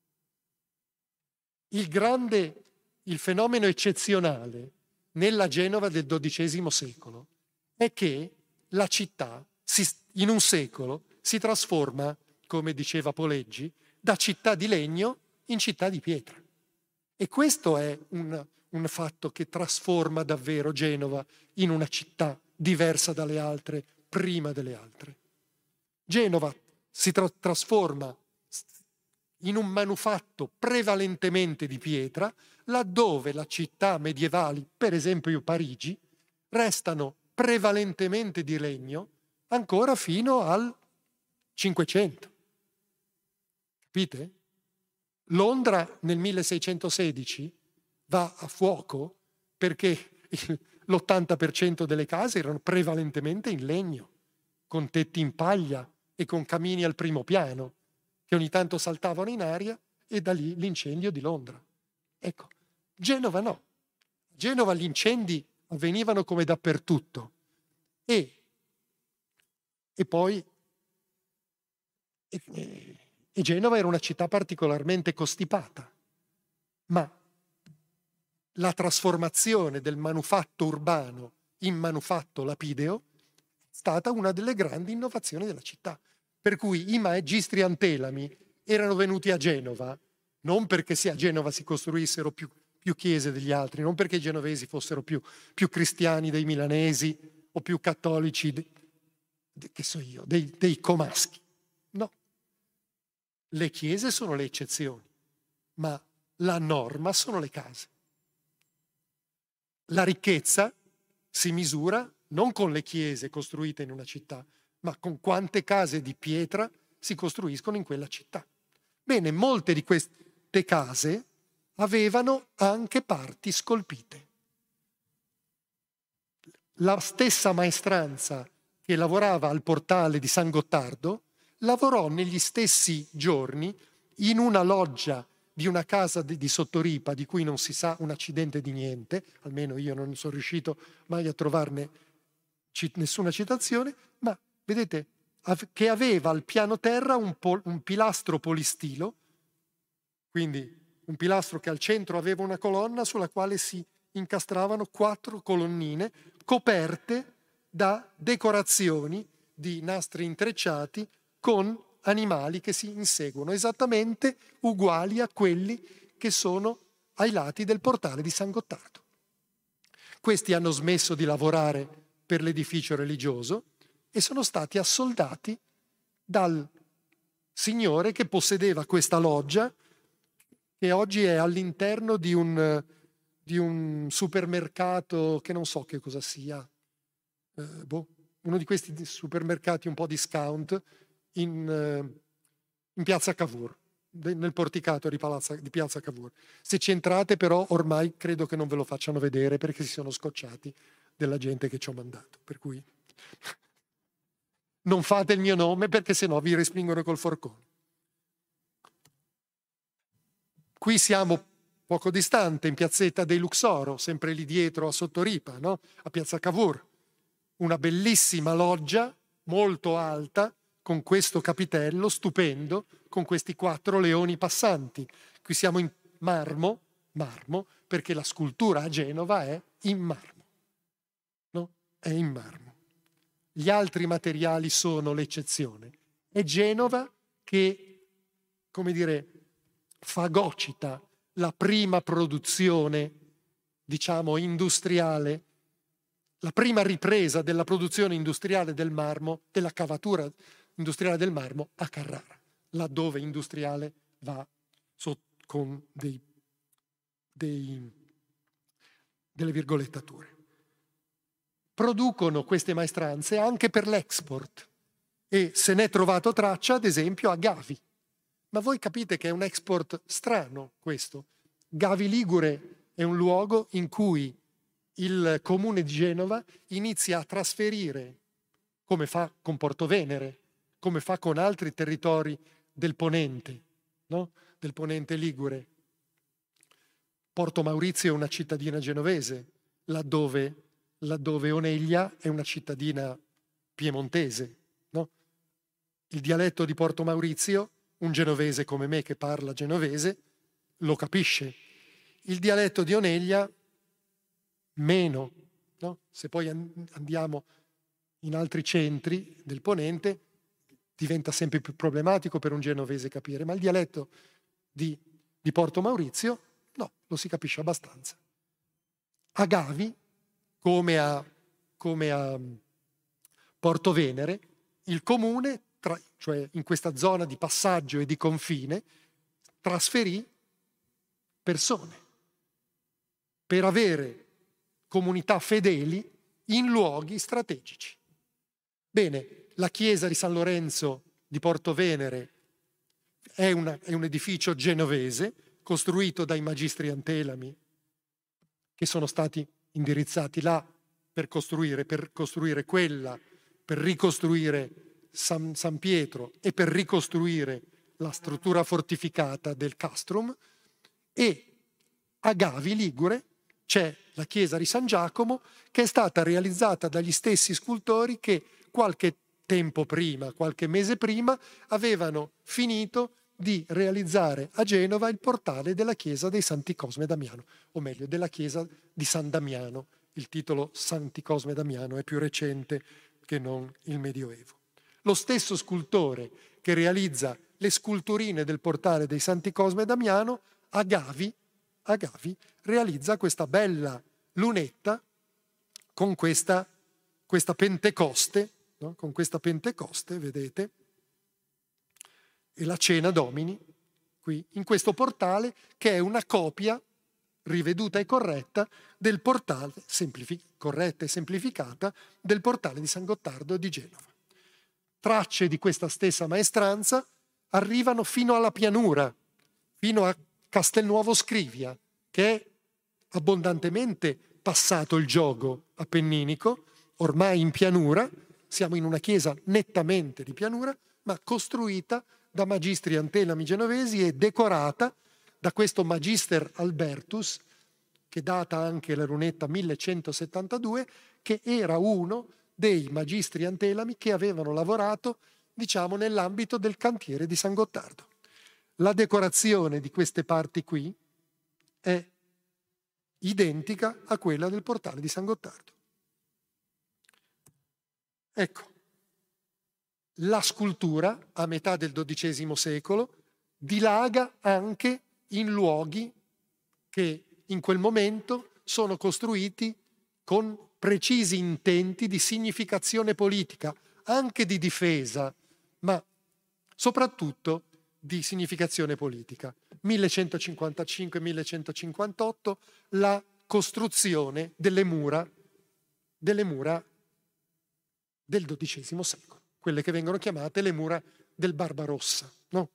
Il fenomeno eccezionale nella Genova del XII secolo è che la città in un secolo si trasforma, come diceva Poleggi, da città di legno in città di pietra. E questo è un fatto che trasforma davvero Genova in una città diversa dalle altre, prima delle altre. Genova si trasforma in un manufatto prevalentemente di pietra, laddove le città medievali, per esempio Parigi, restano prevalentemente di legno ancora fino al Cinquecento. Capite? Londra nel 1616 va a fuoco perché l'80% delle case erano prevalentemente in legno, con tetti in paglia e con camini al primo piano, che ogni tanto saltavano in aria, e da lì l'incendio di Londra. Ecco, Genova no. Genova gli incendi avvenivano come dappertutto. E poi Genova era una città particolarmente costipata, ma la trasformazione del manufatto urbano in manufatto lapideo è stata una delle grandi innovazioni della città. Per cui i magistri antelami erano venuti a Genova non perché a Genova si costruissero più chiese degli altri, non perché i genovesi fossero più cristiani dei milanesi o più cattolici, che so io, dei comaschi. No, le chiese sono le eccezioni, ma la norma sono le case. La ricchezza si misura non con le chiese costruite in una città, ma con quante case di pietra si costruiscono in quella città. Bene, molte di queste case avevano anche parti scolpite. La stessa maestranza che lavorava al portale di San Gottardo lavorò negli stessi giorni in una loggia di una casa di Sottoripa di cui non si sa un accidente di niente, almeno io non sono riuscito mai a trovarne nessuna citazione, ma vedete che aveva al piano terra un pilastro polistilo, quindi un pilastro che al centro aveva una colonna sulla quale si incastravano 4 colonnine coperte da decorazioni di nastri intrecciati con animali che si inseguono, esattamente uguali a quelli che sono ai lati del portale di San Gottardo. Questi hanno smesso di lavorare per l'edificio religioso e sono stati assoldati dal signore che possedeva questa loggia, che oggi è all'interno di un supermercato che non so che cosa sia, uno di questi supermercati un po' discount in Piazza Cavour, nel porticato di Piazza Cavour. Se ci entrate però ormai credo che non ve lo facciano vedere perché si sono scocciati della gente che ci ho mandato, per cui non fate il mio nome perché sennò vi respingono col forcone. Qui siamo poco distante, in piazzetta dei Luxoro, sempre lì dietro a Sottoripa, no? A Piazza Cavour. Una bellissima loggia, molto alta, con questo capitello stupendo, con questi 4 leoni passanti. Qui siamo in marmo, perché la scultura a Genova è in marmo. No? È in marmo. Gli altri materiali sono l'eccezione. È Genova che, come dire, fagocita la prima produzione, diciamo, industriale, la prima ripresa della produzione industriale del marmo, della cavatura industriale del marmo a Carrara, laddove industriale va con delle virgolettature. Producono queste maestranze anche per l'export e se n'è trovato traccia, ad esempio, a Gavi. Ma voi capite che è un export strano questo. Gavi Ligure è un luogo in cui il comune di Genova inizia a trasferire, come fa con Portovenere, come fa con altri territori del Ponente, no? Del Ponente Ligure. Porto Maurizio è una cittadina genovese, laddove Oneglia è una cittadina piemontese. No? Il dialetto di Porto Maurizio, un genovese come me che parla genovese, lo capisce. Il dialetto di Oneglia, meno. No? Se poi andiamo in altri centri del Ponente, diventa sempre più problematico per un genovese capire, ma il dialetto di Porto Maurizio, no, lo si capisce abbastanza. A Gavi, come a Portovenere, il comune, cioè in questa zona di passaggio e di confine, trasferì persone per avere comunità fedeli in luoghi strategici. Bene, la chiesa di San Lorenzo di Portovenere è un edificio genovese costruito dai magistri antelami che sono stati indirizzati là per costruire quella, per ricostruire San Pietro e per ricostruire la struttura fortificata del castrum. E a Gavi Ligure c'è la chiesa di San Giacomo che è stata realizzata dagli stessi scultori che qualche tempo prima, qualche mese prima, avevano finito di realizzare a Genova il portale della chiesa dei Santi Cosme e Damiano, o meglio, della chiesa di San Damiano. Il titolo Santi Cosme e Damiano è più recente che non il Medioevo. Lo stesso scultore che realizza le sculturine del portale dei Santi Cosme e Damiano a Gavi Agavi realizza questa bella lunetta con questa Pentecoste, no? Con questa Pentecoste, vedete, e la Cena Domini, qui, in questo portale, che è una copia riveduta e corretta del portale, corretta e semplificata, del portale di San Gottardo di Genova. Tracce di questa stessa maestranza arrivano fino alla pianura, fino a Castelnuovo Scrivia, che è abbondantemente passato il giogo appenninico, ormai in pianura, siamo in una chiesa nettamente di pianura, ma costruita da magistri antelami genovesi e decorata da questo Magister Albertus, che data anche la lunetta 1172, che era uno dei magistri antelami che avevano lavorato, diciamo, nell'ambito del cantiere di San Gottardo. La decorazione di queste parti qui è identica a quella del portale di San Gottardo. Ecco, la scultura, a metà del XII secolo, dilaga anche in luoghi che in quel momento sono costruiti con precisi intenti di significazione politica, anche di difesa, ma soprattutto di significazione politica. 1155-1158, la costruzione delle mura del XII secolo, quelle che vengono chiamate le mura del Barbarossa, no?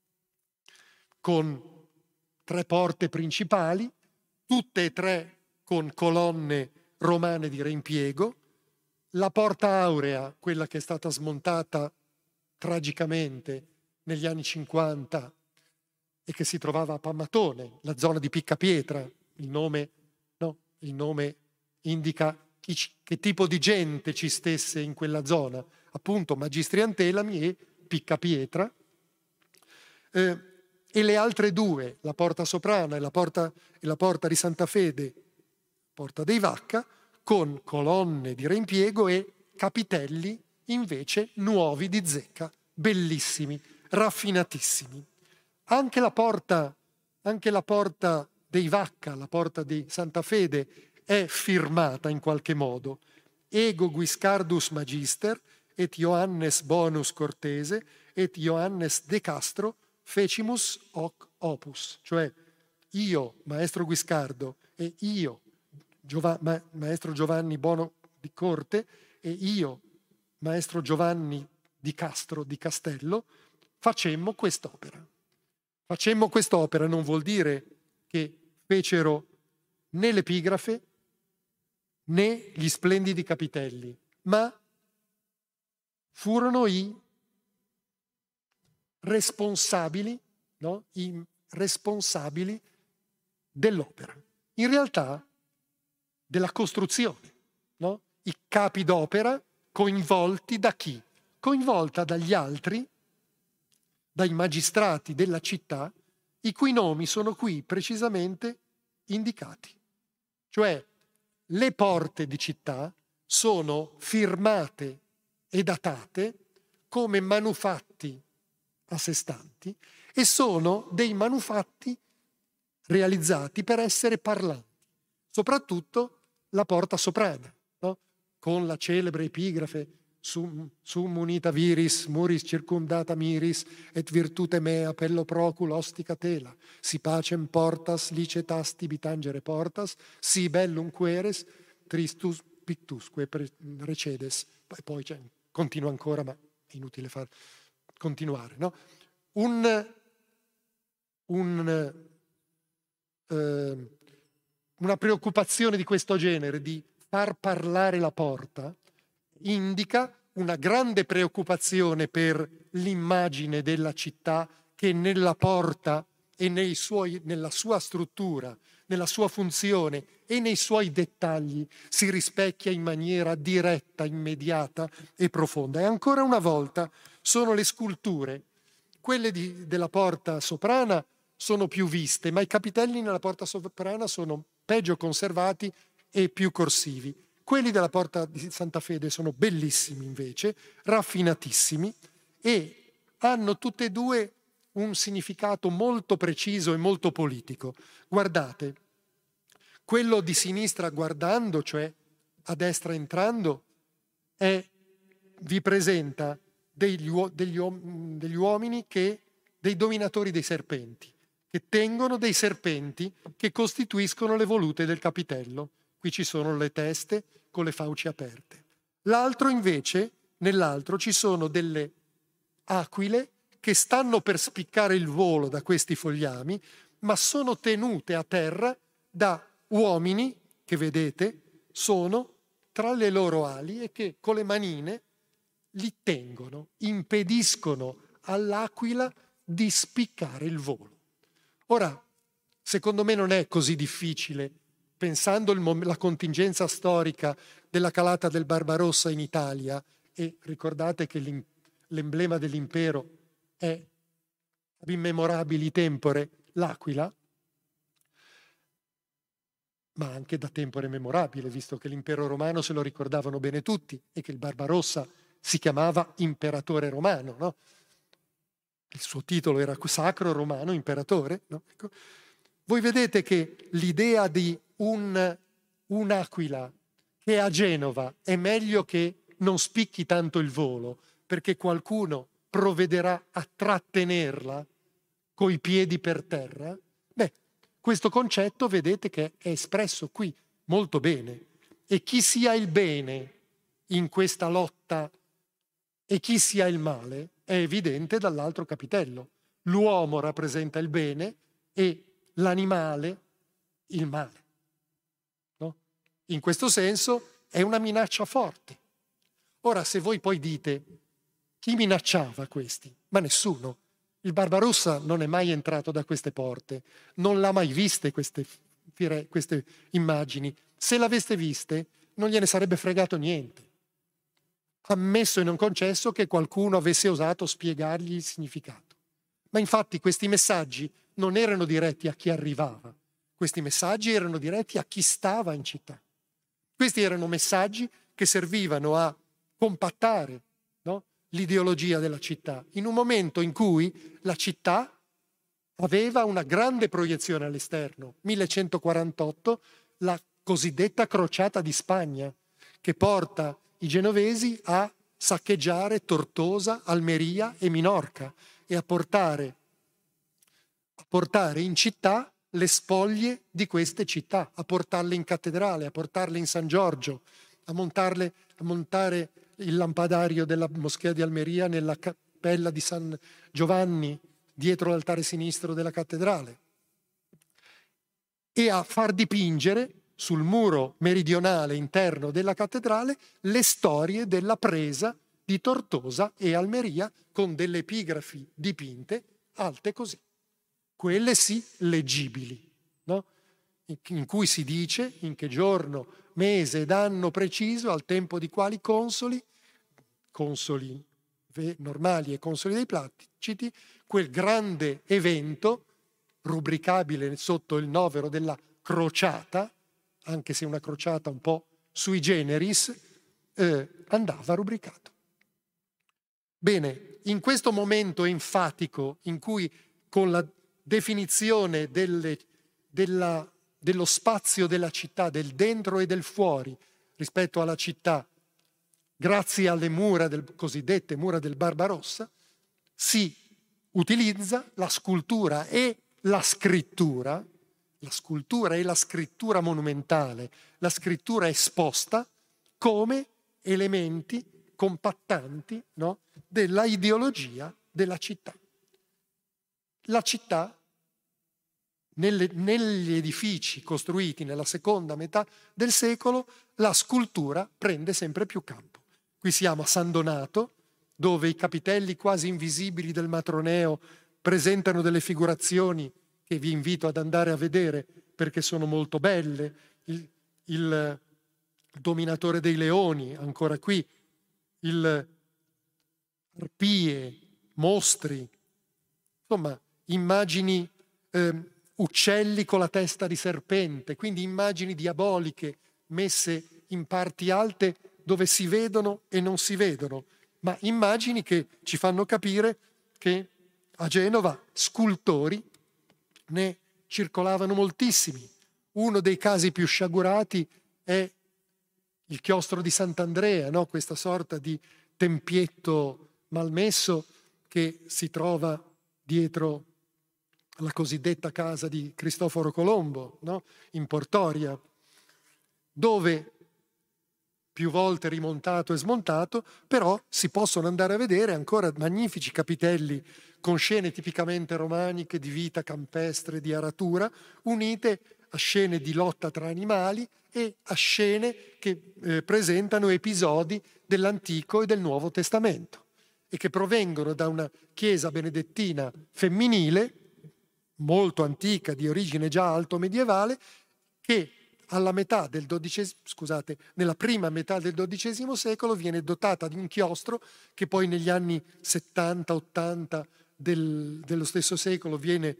Con 3 porte principali, tutte e 3 con colonne romane di reimpiego, la porta aurea, quella che è stata smontata tragicamente negli anni 50 e che si trovava a Pammatone, la zona di Piccapietra, il nome indica che tipo di gente ci stesse in quella zona, appunto magistri antelami e Piccapietra, e le altre 2, la porta soprana e la porta di Santa Fede, porta dei Vacca, con colonne di reimpiego e capitelli invece nuovi di zecca, bellissimi, raffinatissimi. Anche la porta dei Vacca, la porta di Santa Fede, è firmata in qualche modo. Ego Guiscardus Magister et Ioannes Bonus Cortese et Ioannes De Castro fecimus hoc opus, cioè io, maestro Guiscardo, e io, maestro Giovanni Bono di Corte, e io, maestro Giovanni di Castro di Castello, facemmo quest'opera. Facemmo quest'opera non vuol dire che fecero né l'epigrafe né gli splendidi capitelli, ma furono i responsabili, no? I responsabili dell'opera. In realtà della costruzione, no? I capi d'opera coinvolti da chi? Coinvolta dagli altri, dai magistrati della città, i cui nomi sono qui precisamente indicati. Cioè, le porte di città sono firmate e datate come manufatti a sé stanti e sono dei manufatti realizzati per essere parlanti. Soprattutto la porta soprana, no? Con la celebre epigrafe sum munita viris, muris circumdata miris, et virtute mea pello procul ostica tela, si pacem portas licetas tibitangere portas, si bellum queres, tristus pictusque recedes. E poi continua ancora, ma è inutile continuare, no? Una preoccupazione di questo genere, di far parlare la porta, indica una grande preoccupazione per l'immagine della città che nella porta e nella sua struttura, nella sua funzione e nei suoi dettagli si rispecchia in maniera diretta, immediata e profonda. E ancora una volta sono le sculture, quelle della porta soprana sono più viste, ma i capitelli nella porta soprana sono peggio conservati e più corsivi. Quelli della porta di Santa Fede sono bellissimi invece, raffinatissimi, e hanno tutte e due un significato molto preciso e molto politico. Guardate, quello di sinistra guardando, cioè a destra entrando, vi presenta degli uomini dei dominatori dei serpenti, che tengono dei serpenti che costituiscono le volute del capitello. Qui ci sono le teste con le fauci aperte. L'altro invece, nell'altro ci sono delle aquile che stanno per spiccare il volo da questi fogliami, ma sono tenute a terra da uomini che, vedete, sono tra le loro ali e che con le manine li tengono, impediscono all'aquila di spiccare il volo. Ora, secondo me non è così difficile, pensando la contingenza storica della calata del Barbarossa in Italia, e ricordate che l'emblema dell'impero è ad immemorabili tempore l'aquila, ma anche da tempore memorabile, visto che l'impero romano se lo ricordavano bene tutti e che il Barbarossa si chiamava imperatore romano, no? Il suo titolo era Sacro Romano Imperatore, no? Ecco. Voi vedete che l'idea di un'aquila che è a Genova è meglio che non spicchi tanto il volo, perché qualcuno provvederà a trattenerla coi piedi per terra. Beh, questo concetto vedete che è espresso qui molto bene. E chi sia il bene in questa lotta e chi sia il male è evidente dall'altro capitello. L'uomo rappresenta il bene e l'animale il male. No? In questo senso è una minaccia forte. Ora, se voi poi dite chi minacciava questi? Ma nessuno. Il Barbarossa non è mai entrato da queste porte, non l'ha mai viste queste immagini. Se l'aveste viste, non gliene sarebbe fregato niente. Ammesso e non concesso che qualcuno avesse osato spiegargli il significato. Ma infatti questi messaggi non erano diretti a chi arrivava, questi messaggi erano diretti a chi stava in città. Questi erano messaggi che servivano a compattare, no, l'ideologia della città, in un momento in cui la città aveva una grande proiezione all'esterno. 1148, la cosiddetta crociata di Spagna, che porta i genovesi a saccheggiare Tortosa, Almeria e Minorca e a portare in città le spoglie di queste città, a portarle in cattedrale, a portarle in San Giorgio, a montare il lampadario della moschea di Almeria nella cappella di San Giovanni, dietro l'altare sinistro della cattedrale, e a far dipingere sul muro meridionale interno della cattedrale le storie della presa di Tortosa e Almeria con delle epigrafi dipinte alte così. Quelle sì leggibili, no? In cui si dice in che giorno, mese ed anno preciso, al tempo di quali consoli normali e consoli dei Placidi, quel grande evento, rubricabile sotto il novero della crociata, anche se una crociata un po' sui generis, andava rubricato. Bene, in questo momento enfatico in cui con la definizione dello spazio della città, del dentro e del fuori rispetto alla città, grazie alle cosiddette mura del Barbarossa, si utilizza la scultura e la scrittura monumentale, la scrittura esposta come elementi compattanti, no, della ideologia della città. La città, negli edifici costruiti nella seconda metà del secolo, la scultura prende sempre più campo. Qui siamo a San Donato, dove i capitelli quasi invisibili del Matroneo presentano delle figurazioni che vi invito ad andare a vedere perché sono molto belle. Il dominatore dei leoni, ancora qui, arpie, mostri, insomma, immagini, uccelli con la testa di serpente, quindi immagini diaboliche messe in parti alte dove si vedono e non si vedono, ma immagini che ci fanno capire che A Genova scultori ne circolavano moltissimi. Uno dei casi più sciagurati è il chiostro di Sant'Andrea, no? Questa sorta di tempietto malmesso che si trova dietro la cosiddetta casa di Cristoforo Colombo, no? In Portoria, dove più volte rimontato e smontato, però si possono andare a vedere ancora magnifici capitelli con scene tipicamente romaniche di vita campestre, di aratura, unite a scene di lotta tra animali e a scene che presentano episodi dell'Antico e del Nuovo Testamento e che provengono da una chiesa benedettina femminile molto antica, di origine già alto medievale, che alla metà del nella prima metà del XII secolo viene dotata di un chiostro che poi negli anni 70-80 dello stesso secolo viene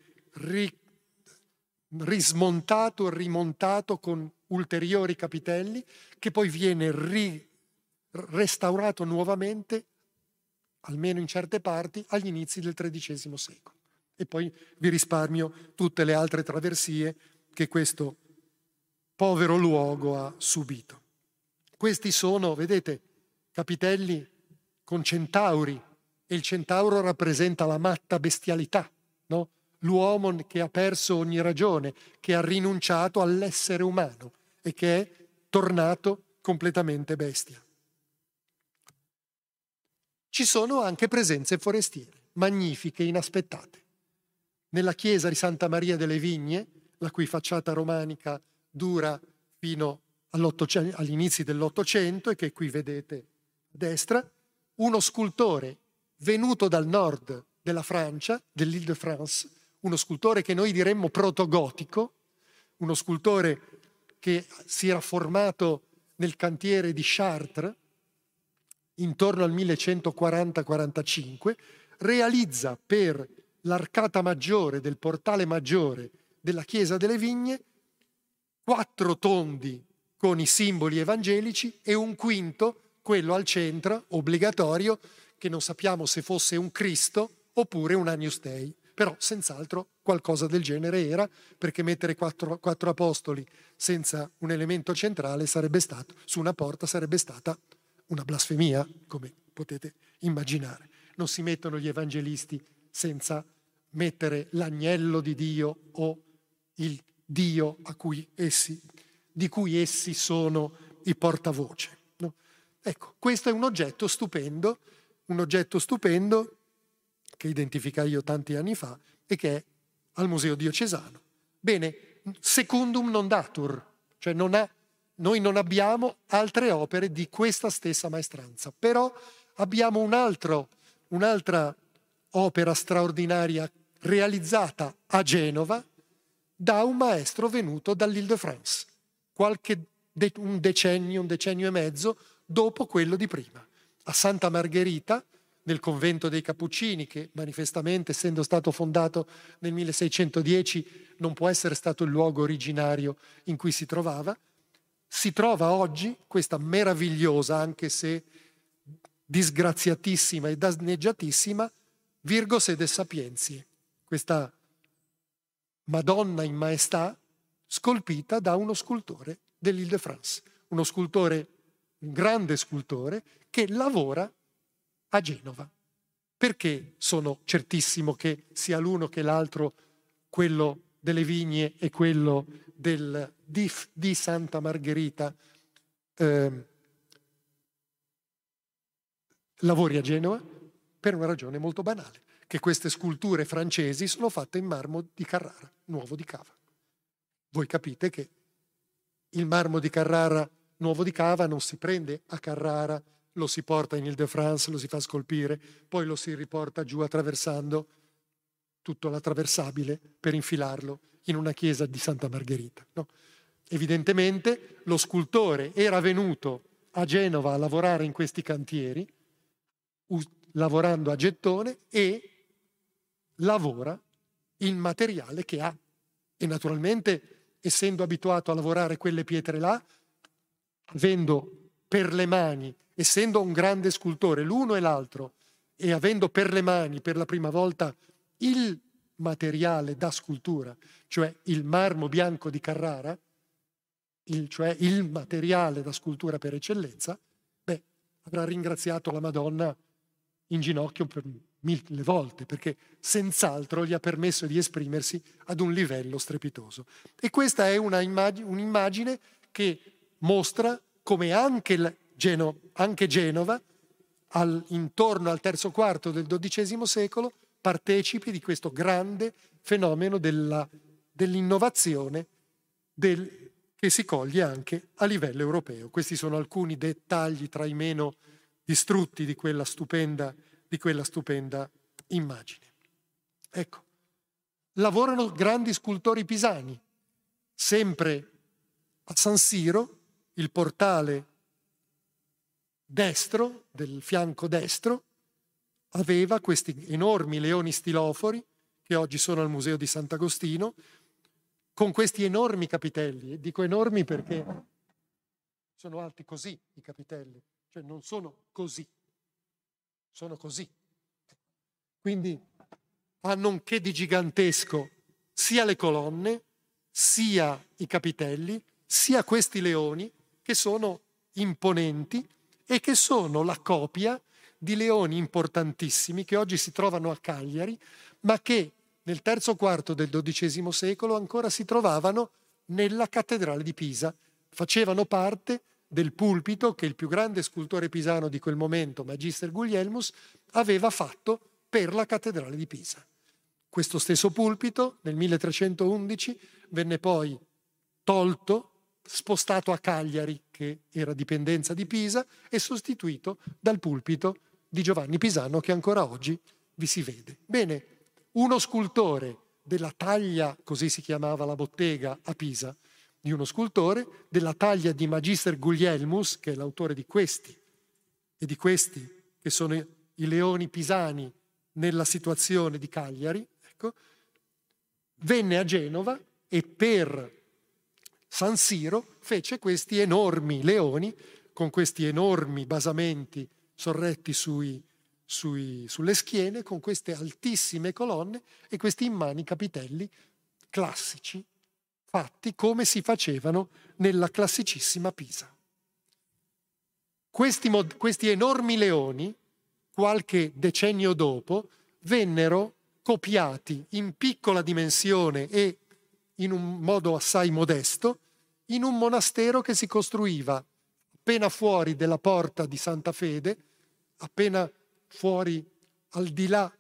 rismontato e rimontato con ulteriori capitelli, che poi viene restaurato nuovamente, almeno in certe parti, agli inizi del XIII secolo. E poi vi risparmio tutte le altre traversie che questo povero luogo ha subito. Questi sono, vedete, capitelli con centauri, e il centauro rappresenta la matta bestialità, no? L'uomo che ha perso ogni ragione, che ha rinunciato all'essere umano e che è tornato completamente bestia. Ci sono anche presenze forestiere, magnifiche, inaspettate. Nella chiesa di Santa Maria delle Vigne, la cui facciata romanica dura fino agli inizi dell'Ottocento e che qui vedete a destra, uno scultore venuto dal nord della Francia, dell'Île-de-France, uno scultore che noi diremmo protogotico, uno scultore che si era formato nel cantiere di Chartres intorno al 1140-45, realizza per l'arcata maggiore del portale maggiore della chiesa delle Vigne 4 tondi con i simboli evangelici e un quinto, quello al centro, obbligatorio, che non sappiamo se fosse un Cristo oppure un Agnus Dei, però senz'altro qualcosa del genere era, perché mettere 4 apostoli senza un elemento centrale su una porta sarebbe stata una blasfemia, come potete immaginare. Non si mettono gli evangelisti senza mettere l'agnello di Dio o il Dio di cui essi sono i portavoce. No? Ecco, questo è un oggetto stupendo che identificai io tanti anni fa e che è al Museo Diocesano. Bene, secundum non datur, cioè noi non abbiamo altre opere di questa stessa maestranza, però abbiamo un'altra opera straordinaria realizzata a Genova da un maestro venuto dall'Île-de-France, un decennio e mezzo dopo quello di prima. A Santa Margherita, nel convento dei Cappuccini, che manifestamente, essendo stato fondato nel 1610, non può essere stato il luogo originario in cui si trova oggi questa meravigliosa, anche se disgraziatissima e danneggiatissima, Virgo Sede Sapientie, questa Madonna in maestà scolpita da uno scultore dell'Île-de-France, un grande scultore che lavora a Genova. Perché sono certissimo che sia l'uno che l'altro, quello delle Vigne e quello di Santa Margherita, lavori a Genova? Per una ragione molto banale, che queste sculture francesi sono fatte in marmo di Carrara, nuovo di Cava. Voi capite che il marmo di Carrara, nuovo di Cava, non si prende a Carrara, lo si porta in Île-de-France, lo si fa scolpire, poi lo si riporta giù attraversando tutto l'attraversabile per infilarlo in una chiesa di Santa Margherita. No? Evidentemente lo scultore era venuto a Genova a lavorare in questi cantieri, lavorando a gettone, e lavora il materiale che ha. E naturalmente, essendo abituato a lavorare quelle pietre là, avendo per le mani, essendo un grande scultore, l'uno e l'altro, e avendo per le mani per la prima volta il materiale da scultura, cioè il marmo bianco di Carrara, cioè il materiale da scultura per eccellenza, avrà ringraziato la Madonna in ginocchio per 1000 volte, perché senz'altro gli ha permesso di esprimersi ad un livello strepitoso. E questa è un'immagine che mostra come anche Genova, intorno al terzo quarto del XII secolo, partecipi di questo grande fenomeno dell'innovazione che si coglie anche a livello europeo. Questi sono alcuni dettagli tra i meno distrutti di quella stupenda immagine. Ecco, lavorano grandi scultori pisani. Sempre a San Siro, il portale destro, del fianco destro, aveva questi enormi leoni stilofori, che oggi sono al Museo di Sant'Agostino, con questi enormi capitelli. E dico enormi perché sono alti così i capitelli, cioè non sono così, sono così. Quindi hanno un che di gigantesco sia le colonne, sia i capitelli, sia questi leoni, che sono imponenti e che sono la copia di leoni importantissimi che oggi si trovano a Cagliari, ma che nel terzo quarto del XII secolo ancora si trovavano nella cattedrale di Pisa. Facevano parte del pulpito che il più grande scultore pisano di quel momento, Magister Guglielmus, aveva fatto per la cattedrale di Pisa. Questo stesso pulpito nel 1311 venne poi tolto, spostato a Cagliari, che era dipendenza di Pisa, e sostituito dal pulpito di Giovanni Pisano, che ancora oggi vi si vede. Bene, uno scultore della taglia, così si chiamava la bottega a Pisa, di uno scultore della taglia di Magister Guglielmus, che è l'autore di questi, e di questi che sono i leoni pisani nella situazione di Cagliari, ecco, venne a Genova e per San Siro fece questi enormi leoni con questi enormi basamenti sorretti sulle schiene, con queste altissime colonne e questi immani capitelli classici, fatti come si facevano nella classicissima Pisa. Questi enormi leoni, qualche decennio dopo, vennero copiati in piccola dimensione e in un modo assai modesto in un monastero che si costruiva appena fuori della porta di Santa Fede, appena fuori, al di là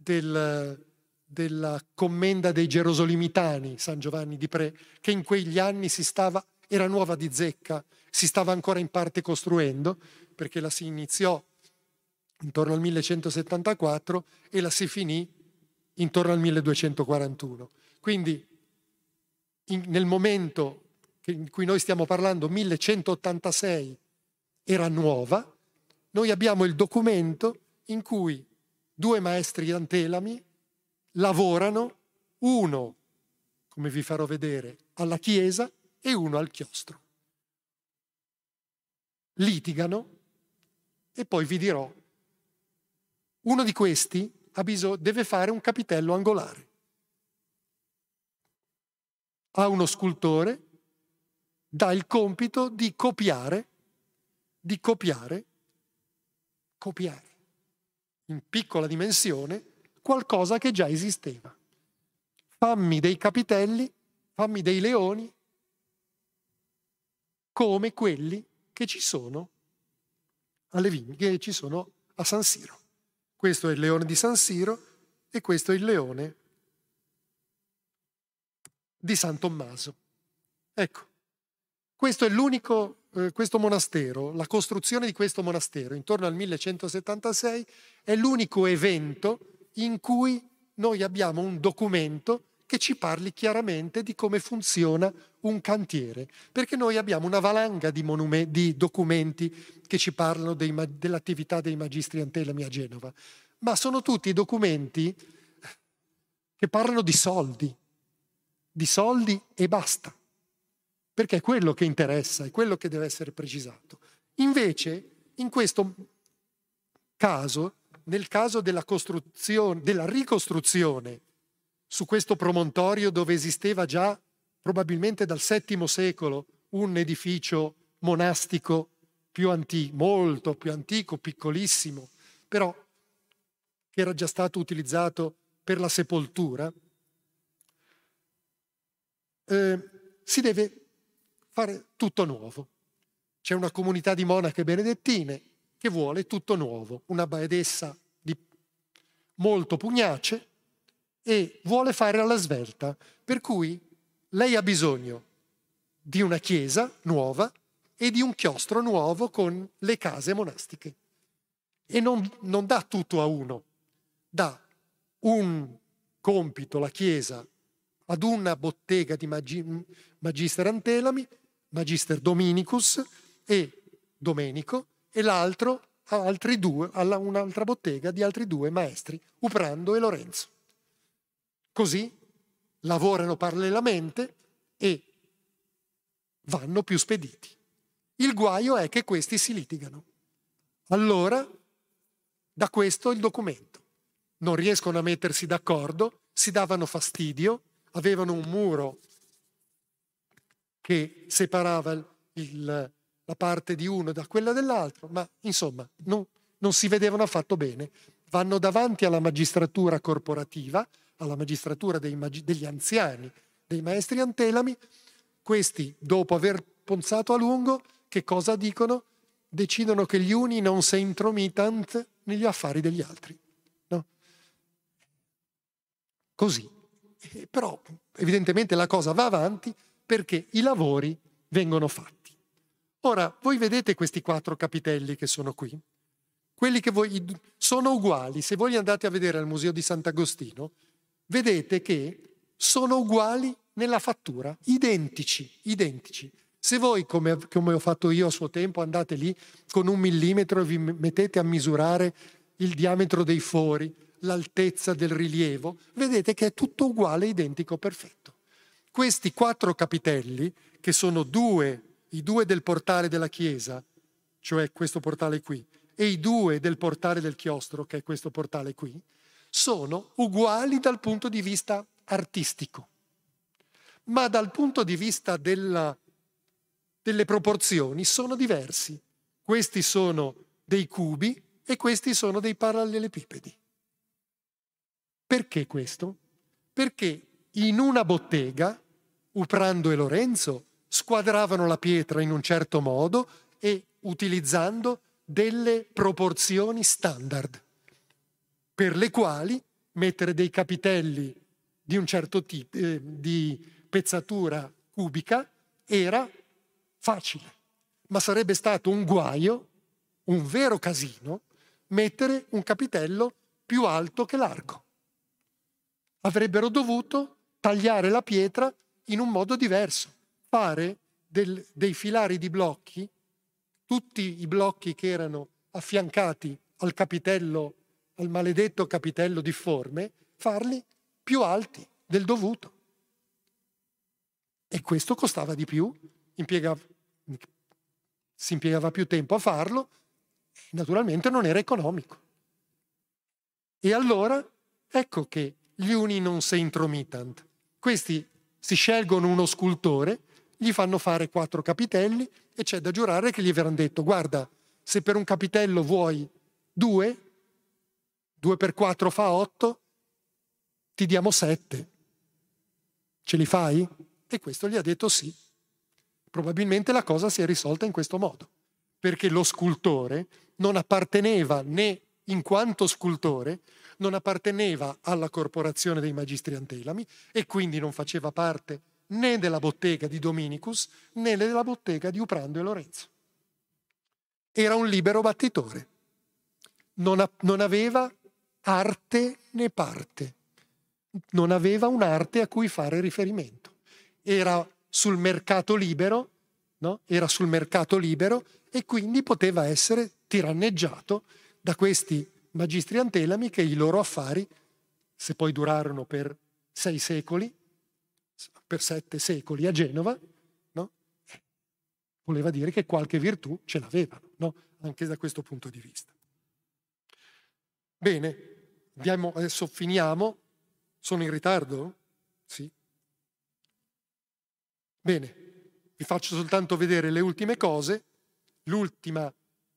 della commenda dei Gerosolimitani, San Giovanni di Pre, che in quegli anni era nuova di zecca, si stava ancora in parte costruendo, perché la si iniziò intorno al 1174 e la si finì intorno al 1241. Quindi nel momento in cui noi stiamo parlando, 1186, era nuova, noi abbiamo il documento in cui 2 maestri antelami lavorano, uno, come vi farò vedere, alla chiesa e uno al chiostro. Litigano e poi vi dirò, uno di questi deve fare un capitello angolare. A uno scultore dà il compito di copiare in piccola dimensione qualcosa che già esisteva. Fammi dei capitelli, fammi dei leoni come quelli che ci sono alle vigne, che ci sono a San Siro. Questo è il leone di San Siro e questo è il leone di San Tommaso. Ecco, questo è questo monastero, la costruzione di questo monastero intorno al 1176 è l'unico evento in cui noi abbiamo un documento che ci parli chiaramente di come funziona un cantiere, perché noi abbiamo una valanga di documenti che ci parlano dell'attività dei magistri antelami a Genova, ma sono tutti documenti che parlano di soldi e basta, perché è quello che interessa, è quello che deve essere precisato. Invece, in questo caso, nel caso della ricostruzione su questo promontorio dove esisteva già probabilmente dal VII secolo un edificio monastico molto più antico, piccolissimo, però che era già stato utilizzato per la sepoltura, si deve fare tutto nuovo. C'è una comunità di monache benedettine che vuole tutto nuovo, una baedessa molto pugnace e vuole fare alla svelta, per cui lei ha bisogno di una chiesa nuova e di un chiostro nuovo con le case monastiche. E non dà tutto a uno, dà un compito, la chiesa, ad una bottega di Magister Antelami, Magister Dominicus e Domenico, e l'altro a un'altra bottega di altri due maestri, Uprando e Lorenzo. Così lavorano parallelamente e vanno più spediti. Il guaio è che questi si litigano. Allora, da questo il documento. Non riescono a mettersi d'accordo, si davano fastidio, avevano un muro che separava la parte di uno da quella dell'altro, ma insomma non si vedevano affatto bene. Vanno davanti alla magistratura corporativa, alla magistratura degli anziani, dei maestri Antelami. Questi, dopo aver pensato a lungo, che cosa dicono? Decidono che gli uni non se intromitant negli affari degli altri. No? Così. Però evidentemente la cosa va avanti perché i lavori vengono fatti. Ora, voi vedete questi 4 capitelli che sono qui? Quelli che sono uguali. Se voi andate a vedere al Museo di Sant'Agostino, vedete che sono uguali nella fattura, identici. Se voi, come ho fatto io a suo tempo, andate lì con 1 millimetro e vi mettete a misurare il diametro dei fori, l'altezza del rilievo, vedete che è tutto uguale, identico, perfetto. Questi 4 capitelli, che sono i 2 del portale della chiesa, cioè questo portale qui, e i 2 del portale del chiostro, che è questo portale qui, sono uguali dal punto di vista artistico, ma dal punto di vista delle proporzioni sono diversi. Questi sono dei cubi e questi sono dei parallelepipedi. Perché questo? Perché in una bottega Uprando e Lorenzo squadravano la pietra in un certo modo e utilizzando delle proporzioni standard, per le quali mettere dei capitelli di un certo tipo di pezzatura cubica era facile, ma sarebbe stato un guaio, un vero casino, mettere un capitello più alto che largo. Avrebbero dovuto tagliare la pietra in un modo diverso, fare dei filari di blocchi, tutti i blocchi che erano affiancati al capitello, al maledetto capitello difforme, farli più alti del dovuto. E questo costava di più, si impiegava più tempo a farlo, naturalmente non era economico. E allora ecco che gli uni non se intromitant. Questi si scelgono uno scultore, gli fanno fare 4 capitelli e c'è da giurare che gli avranno detto: guarda, se per un capitello vuoi 2 per 4 fa 8, ti diamo 7. Ce li fai? E questo gli ha detto sì. Probabilmente la cosa si è risolta in questo modo, perché lo scultore non apparteneva né in quanto scultore, non apparteneva alla corporazione dei Magistri Antelami e quindi non faceva parte né della bottega di Dominicus né della bottega di Uprando e Lorenzo. Era un libero battitore, non aveva arte né parte, non aveva un'arte a cui fare riferimento. Era sul mercato libero, no? Era sul mercato libero e quindi poteva essere tiranneggiato da questi Magistri Antelami che i loro affari, se poi durarono per 6 secoli, per 7 secoli a Genova, no? Voleva dire che qualche virtù ce l'avevano, no? Anche da questo punto di vista. Bene, adesso finiamo. Sono in ritardo? Sì. Bene, vi faccio soltanto vedere le ultime cose. L'ultima,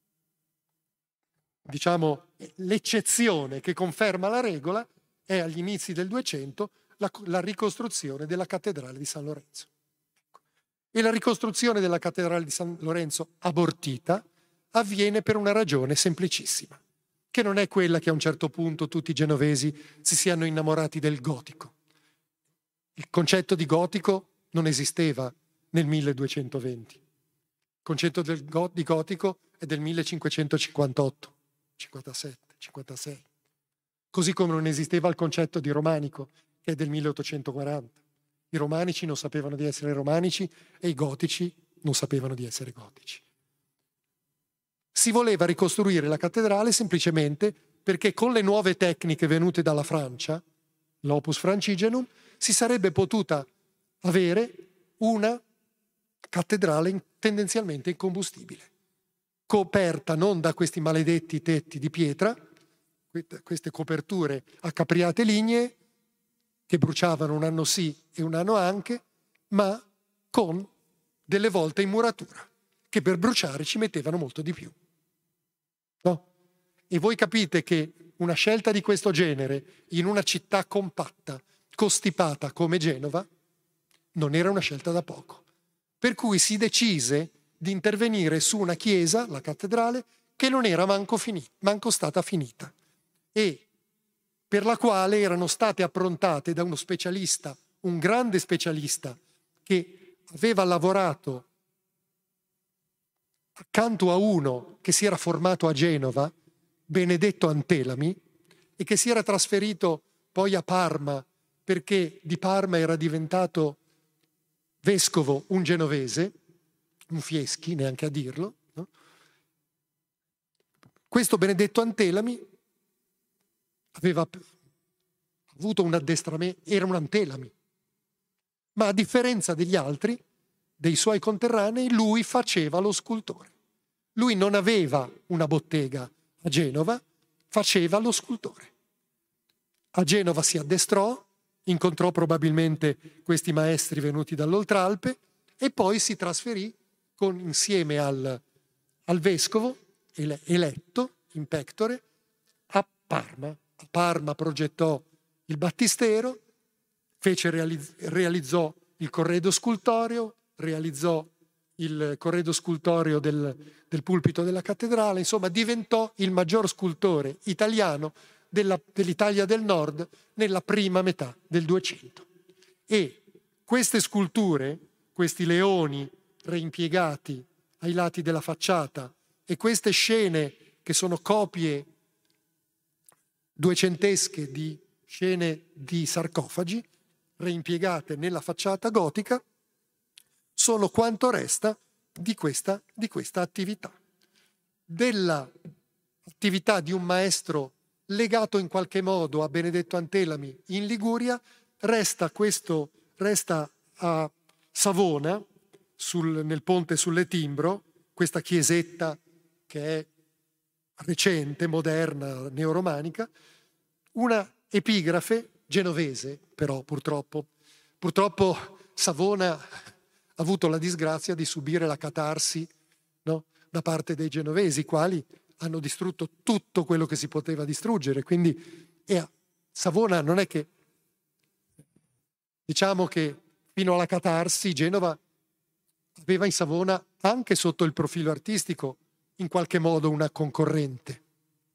diciamo, l'eccezione che conferma la regola è agli inizi del 200 la ricostruzione della cattedrale di San Lorenzo. E la ricostruzione della cattedrale di San Lorenzo abortita avviene per una ragione semplicissima, che non è quella che a un certo punto tutti i genovesi si siano innamorati del gotico. Il concetto di gotico non esisteva nel 1220. Il concetto di gotico è del 1558, 57, 56. Così come non esisteva il concetto di romanico, che è del 1840. I romanici non sapevano di essere romanici e i gotici non sapevano di essere gotici. Si voleva ricostruire la cattedrale semplicemente perché con le nuove tecniche venute dalla Francia, l'opus francigenum, si sarebbe potuta avere una cattedrale tendenzialmente incombustibile, coperta non da questi maledetti tetti di pietra, queste coperture a capriate lignee che bruciavano un anno sì e un anno anche, ma con delle volte in muratura che per bruciare ci mettevano molto di più. No? E voi capite che una scelta di questo genere in una città compatta, costipata come Genova, non era una scelta da poco. Per cui si decise di intervenire su una chiesa, la cattedrale, che non era manco stata finita e per la quale erano state approntate da uno specialista, un grande specialista, che aveva lavorato accanto a uno che si era formato a Genova, Benedetto Antelami, e che si era trasferito poi a Parma perché di Parma era diventato vescovo un genovese, un Fieschi, neanche a dirlo. No? Questo Benedetto Antelami aveva avuto un addestramento, era un Antelami, ma a differenza degli altri, dei suoi conterranei, lui faceva lo scultore. Lui non aveva una bottega a Genova, faceva lo scultore. A Genova si addestrò, incontrò probabilmente questi maestri venuti dall'Oltralpe e poi si trasferì insieme al vescovo eletto in pectore a Parma. A Parma progettò il battistero, realizzò il corredo scultoreo, realizzò il corredo scultoreo del pulpito della cattedrale, insomma diventò il maggior scultore italiano dell'Italia del Nord nella prima metà del 200. E queste sculture, questi leoni reimpiegati ai lati della facciata e queste scene che sono copie duecentesche di scene di sarcofagi reimpiegate nella facciata gotica, sono quanto resta di questa attività. Dell'attività di un maestro legato in qualche modo a Benedetto Antelami in Liguria, resta a Savona, nel ponte sull'Etimbro, questa chiesetta che è recente, moderna, neoromanica, una epigrafe genovese, però purtroppo Savona ha avuto la disgrazia di subire la catarsi, no? Da parte dei genovesi, i quali hanno distrutto tutto quello che si poteva distruggere. Quindi Savona non è che, diciamo che fino alla catarsi Genova aveva in Savona, anche sotto il profilo artistico, in qualche modo una concorrente.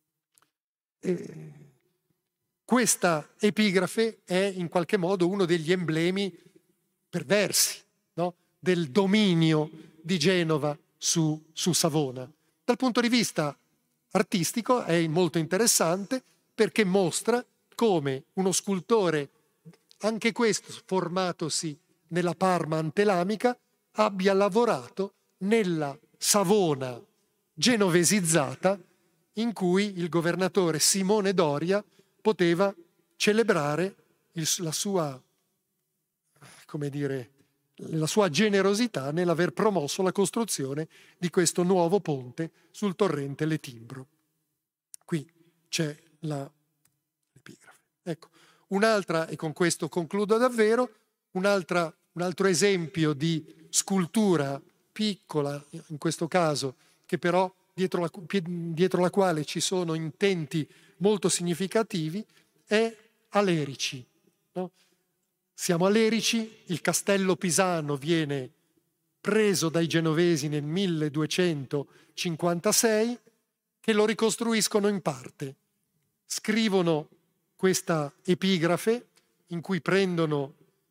Questa epigrafe è in qualche modo uno degli emblemi perversi, no? Del dominio di Genova su Savona. Dal punto di vista artistico è molto interessante perché mostra come uno scultore, anche questo formatosi nella Parma antelamica, abbia lavorato nella Savona genovesizzata in cui il governatore Simone Doria poteva celebrare la sua generosità nell'aver promosso la costruzione di questo nuovo ponte sul torrente Letimbro. Qui c'è l'epigrafe. Ecco, un'altra, e con questo concludo davvero, un altro esempio di scultura piccola, in questo caso, che però dietro la quale ci sono intenti molto significativi, è a Lerici. No? Siamo a Lerici, il castello pisano viene preso dai genovesi nel 1256, che lo ricostruiscono in parte. Scrivono questa epigrafe in cui prendono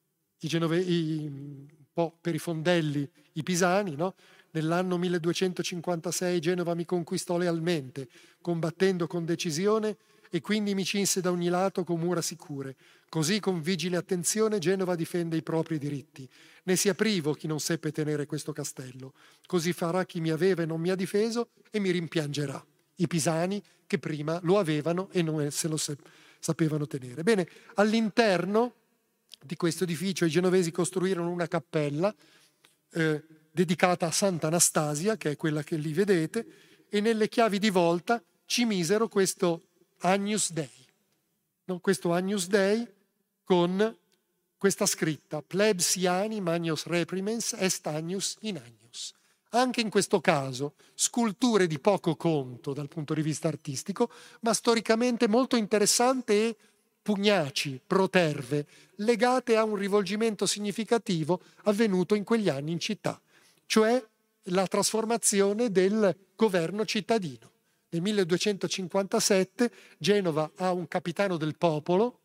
un po' per i fondelli i pisani, no? Nell'anno 1256 Genova mi conquistò lealmente, combattendo con decisione, e quindi mi cinse da ogni lato con mura sicure. Così con vigile attenzione Genova difende i propri diritti. Ne sia privo chi non seppe tenere questo castello. Così farà chi mi aveva e non mi ha difeso e mi rimpiangerà. I pisani che prima lo avevano e non se lo sapevano tenere. Bene, all'interno di questo edificio i genovesi costruirono una cappella dedicata a Santa Anastasia, che è quella che lì vedete, e nelle chiavi di volta ci misero questo Agnus Dei. No? Questo Agnus Dei con questa scritta: plebs iani magnos reprimens est Agnus in Agnus. Anche in questo caso sculture di poco conto dal punto di vista artistico, ma storicamente molto interessante e pugnaci, proterve, legate a un rivolgimento significativo avvenuto in quegli anni in città, cioè la trasformazione del governo cittadino. Nel 1257 Genova ha un capitano del popolo,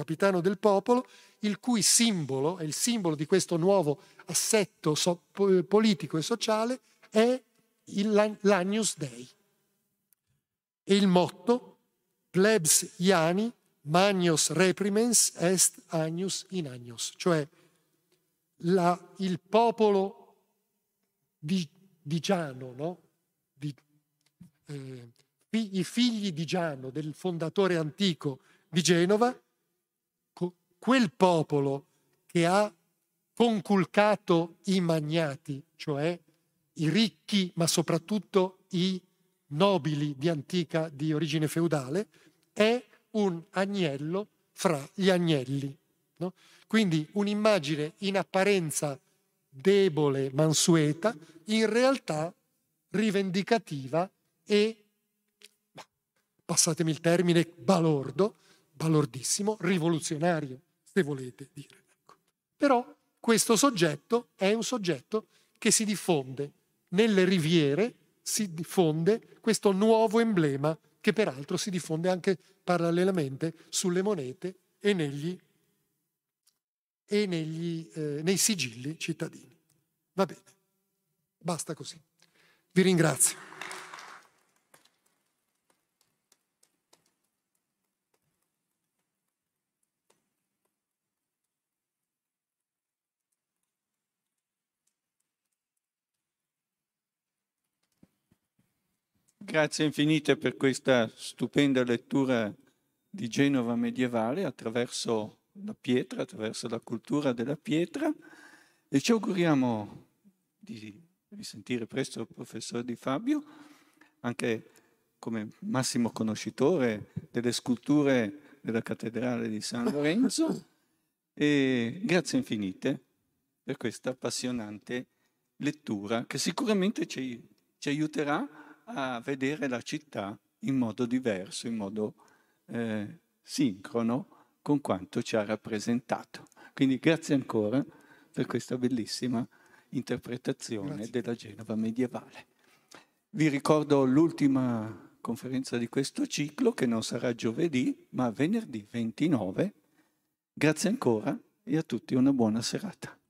il cui simbolo, è il simbolo di questo nuovo assetto politico e sociale, è l'Agnus Dei. E il motto: plebs iani magnos reprimens est Agnus in Agnus, cioè il popolo di Giano, no? I figli di Giano, del fondatore antico di Genova, quel popolo che ha conculcato i magnati, cioè i ricchi, ma soprattutto i nobili di origine feudale, è un agnello fra gli agnelli. No? Quindi un'immagine in apparenza debole, mansueta, in realtà rivendicativa e, passatemi il termine, balordissimo, rivoluzionario, se volete dire. Ecco. Però questo soggetto è un soggetto che si diffonde nelle riviere, si diffonde questo nuovo emblema che peraltro si diffonde anche parallelamente sulle monete e nei sigilli cittadini. Va bene, basta così. Vi ringrazio. Grazie infinite per questa stupenda lettura di Genova medievale attraverso la pietra, attraverso la cultura della pietra, e ci auguriamo di risentire presto il professor Di Fabio, anche come massimo conoscitore delle sculture della cattedrale di San Lorenzo, e grazie infinite per questa appassionante lettura che sicuramente ci aiuterà a vedere la città in modo diverso, in modo sincrono con quanto ci ha rappresentato. Quindi grazie ancora per questa bellissima interpretazione della Genova medievale. Vi ricordo l'ultima conferenza di questo ciclo, che non sarà giovedì, ma venerdì 29. Grazie ancora e a tutti una buona serata.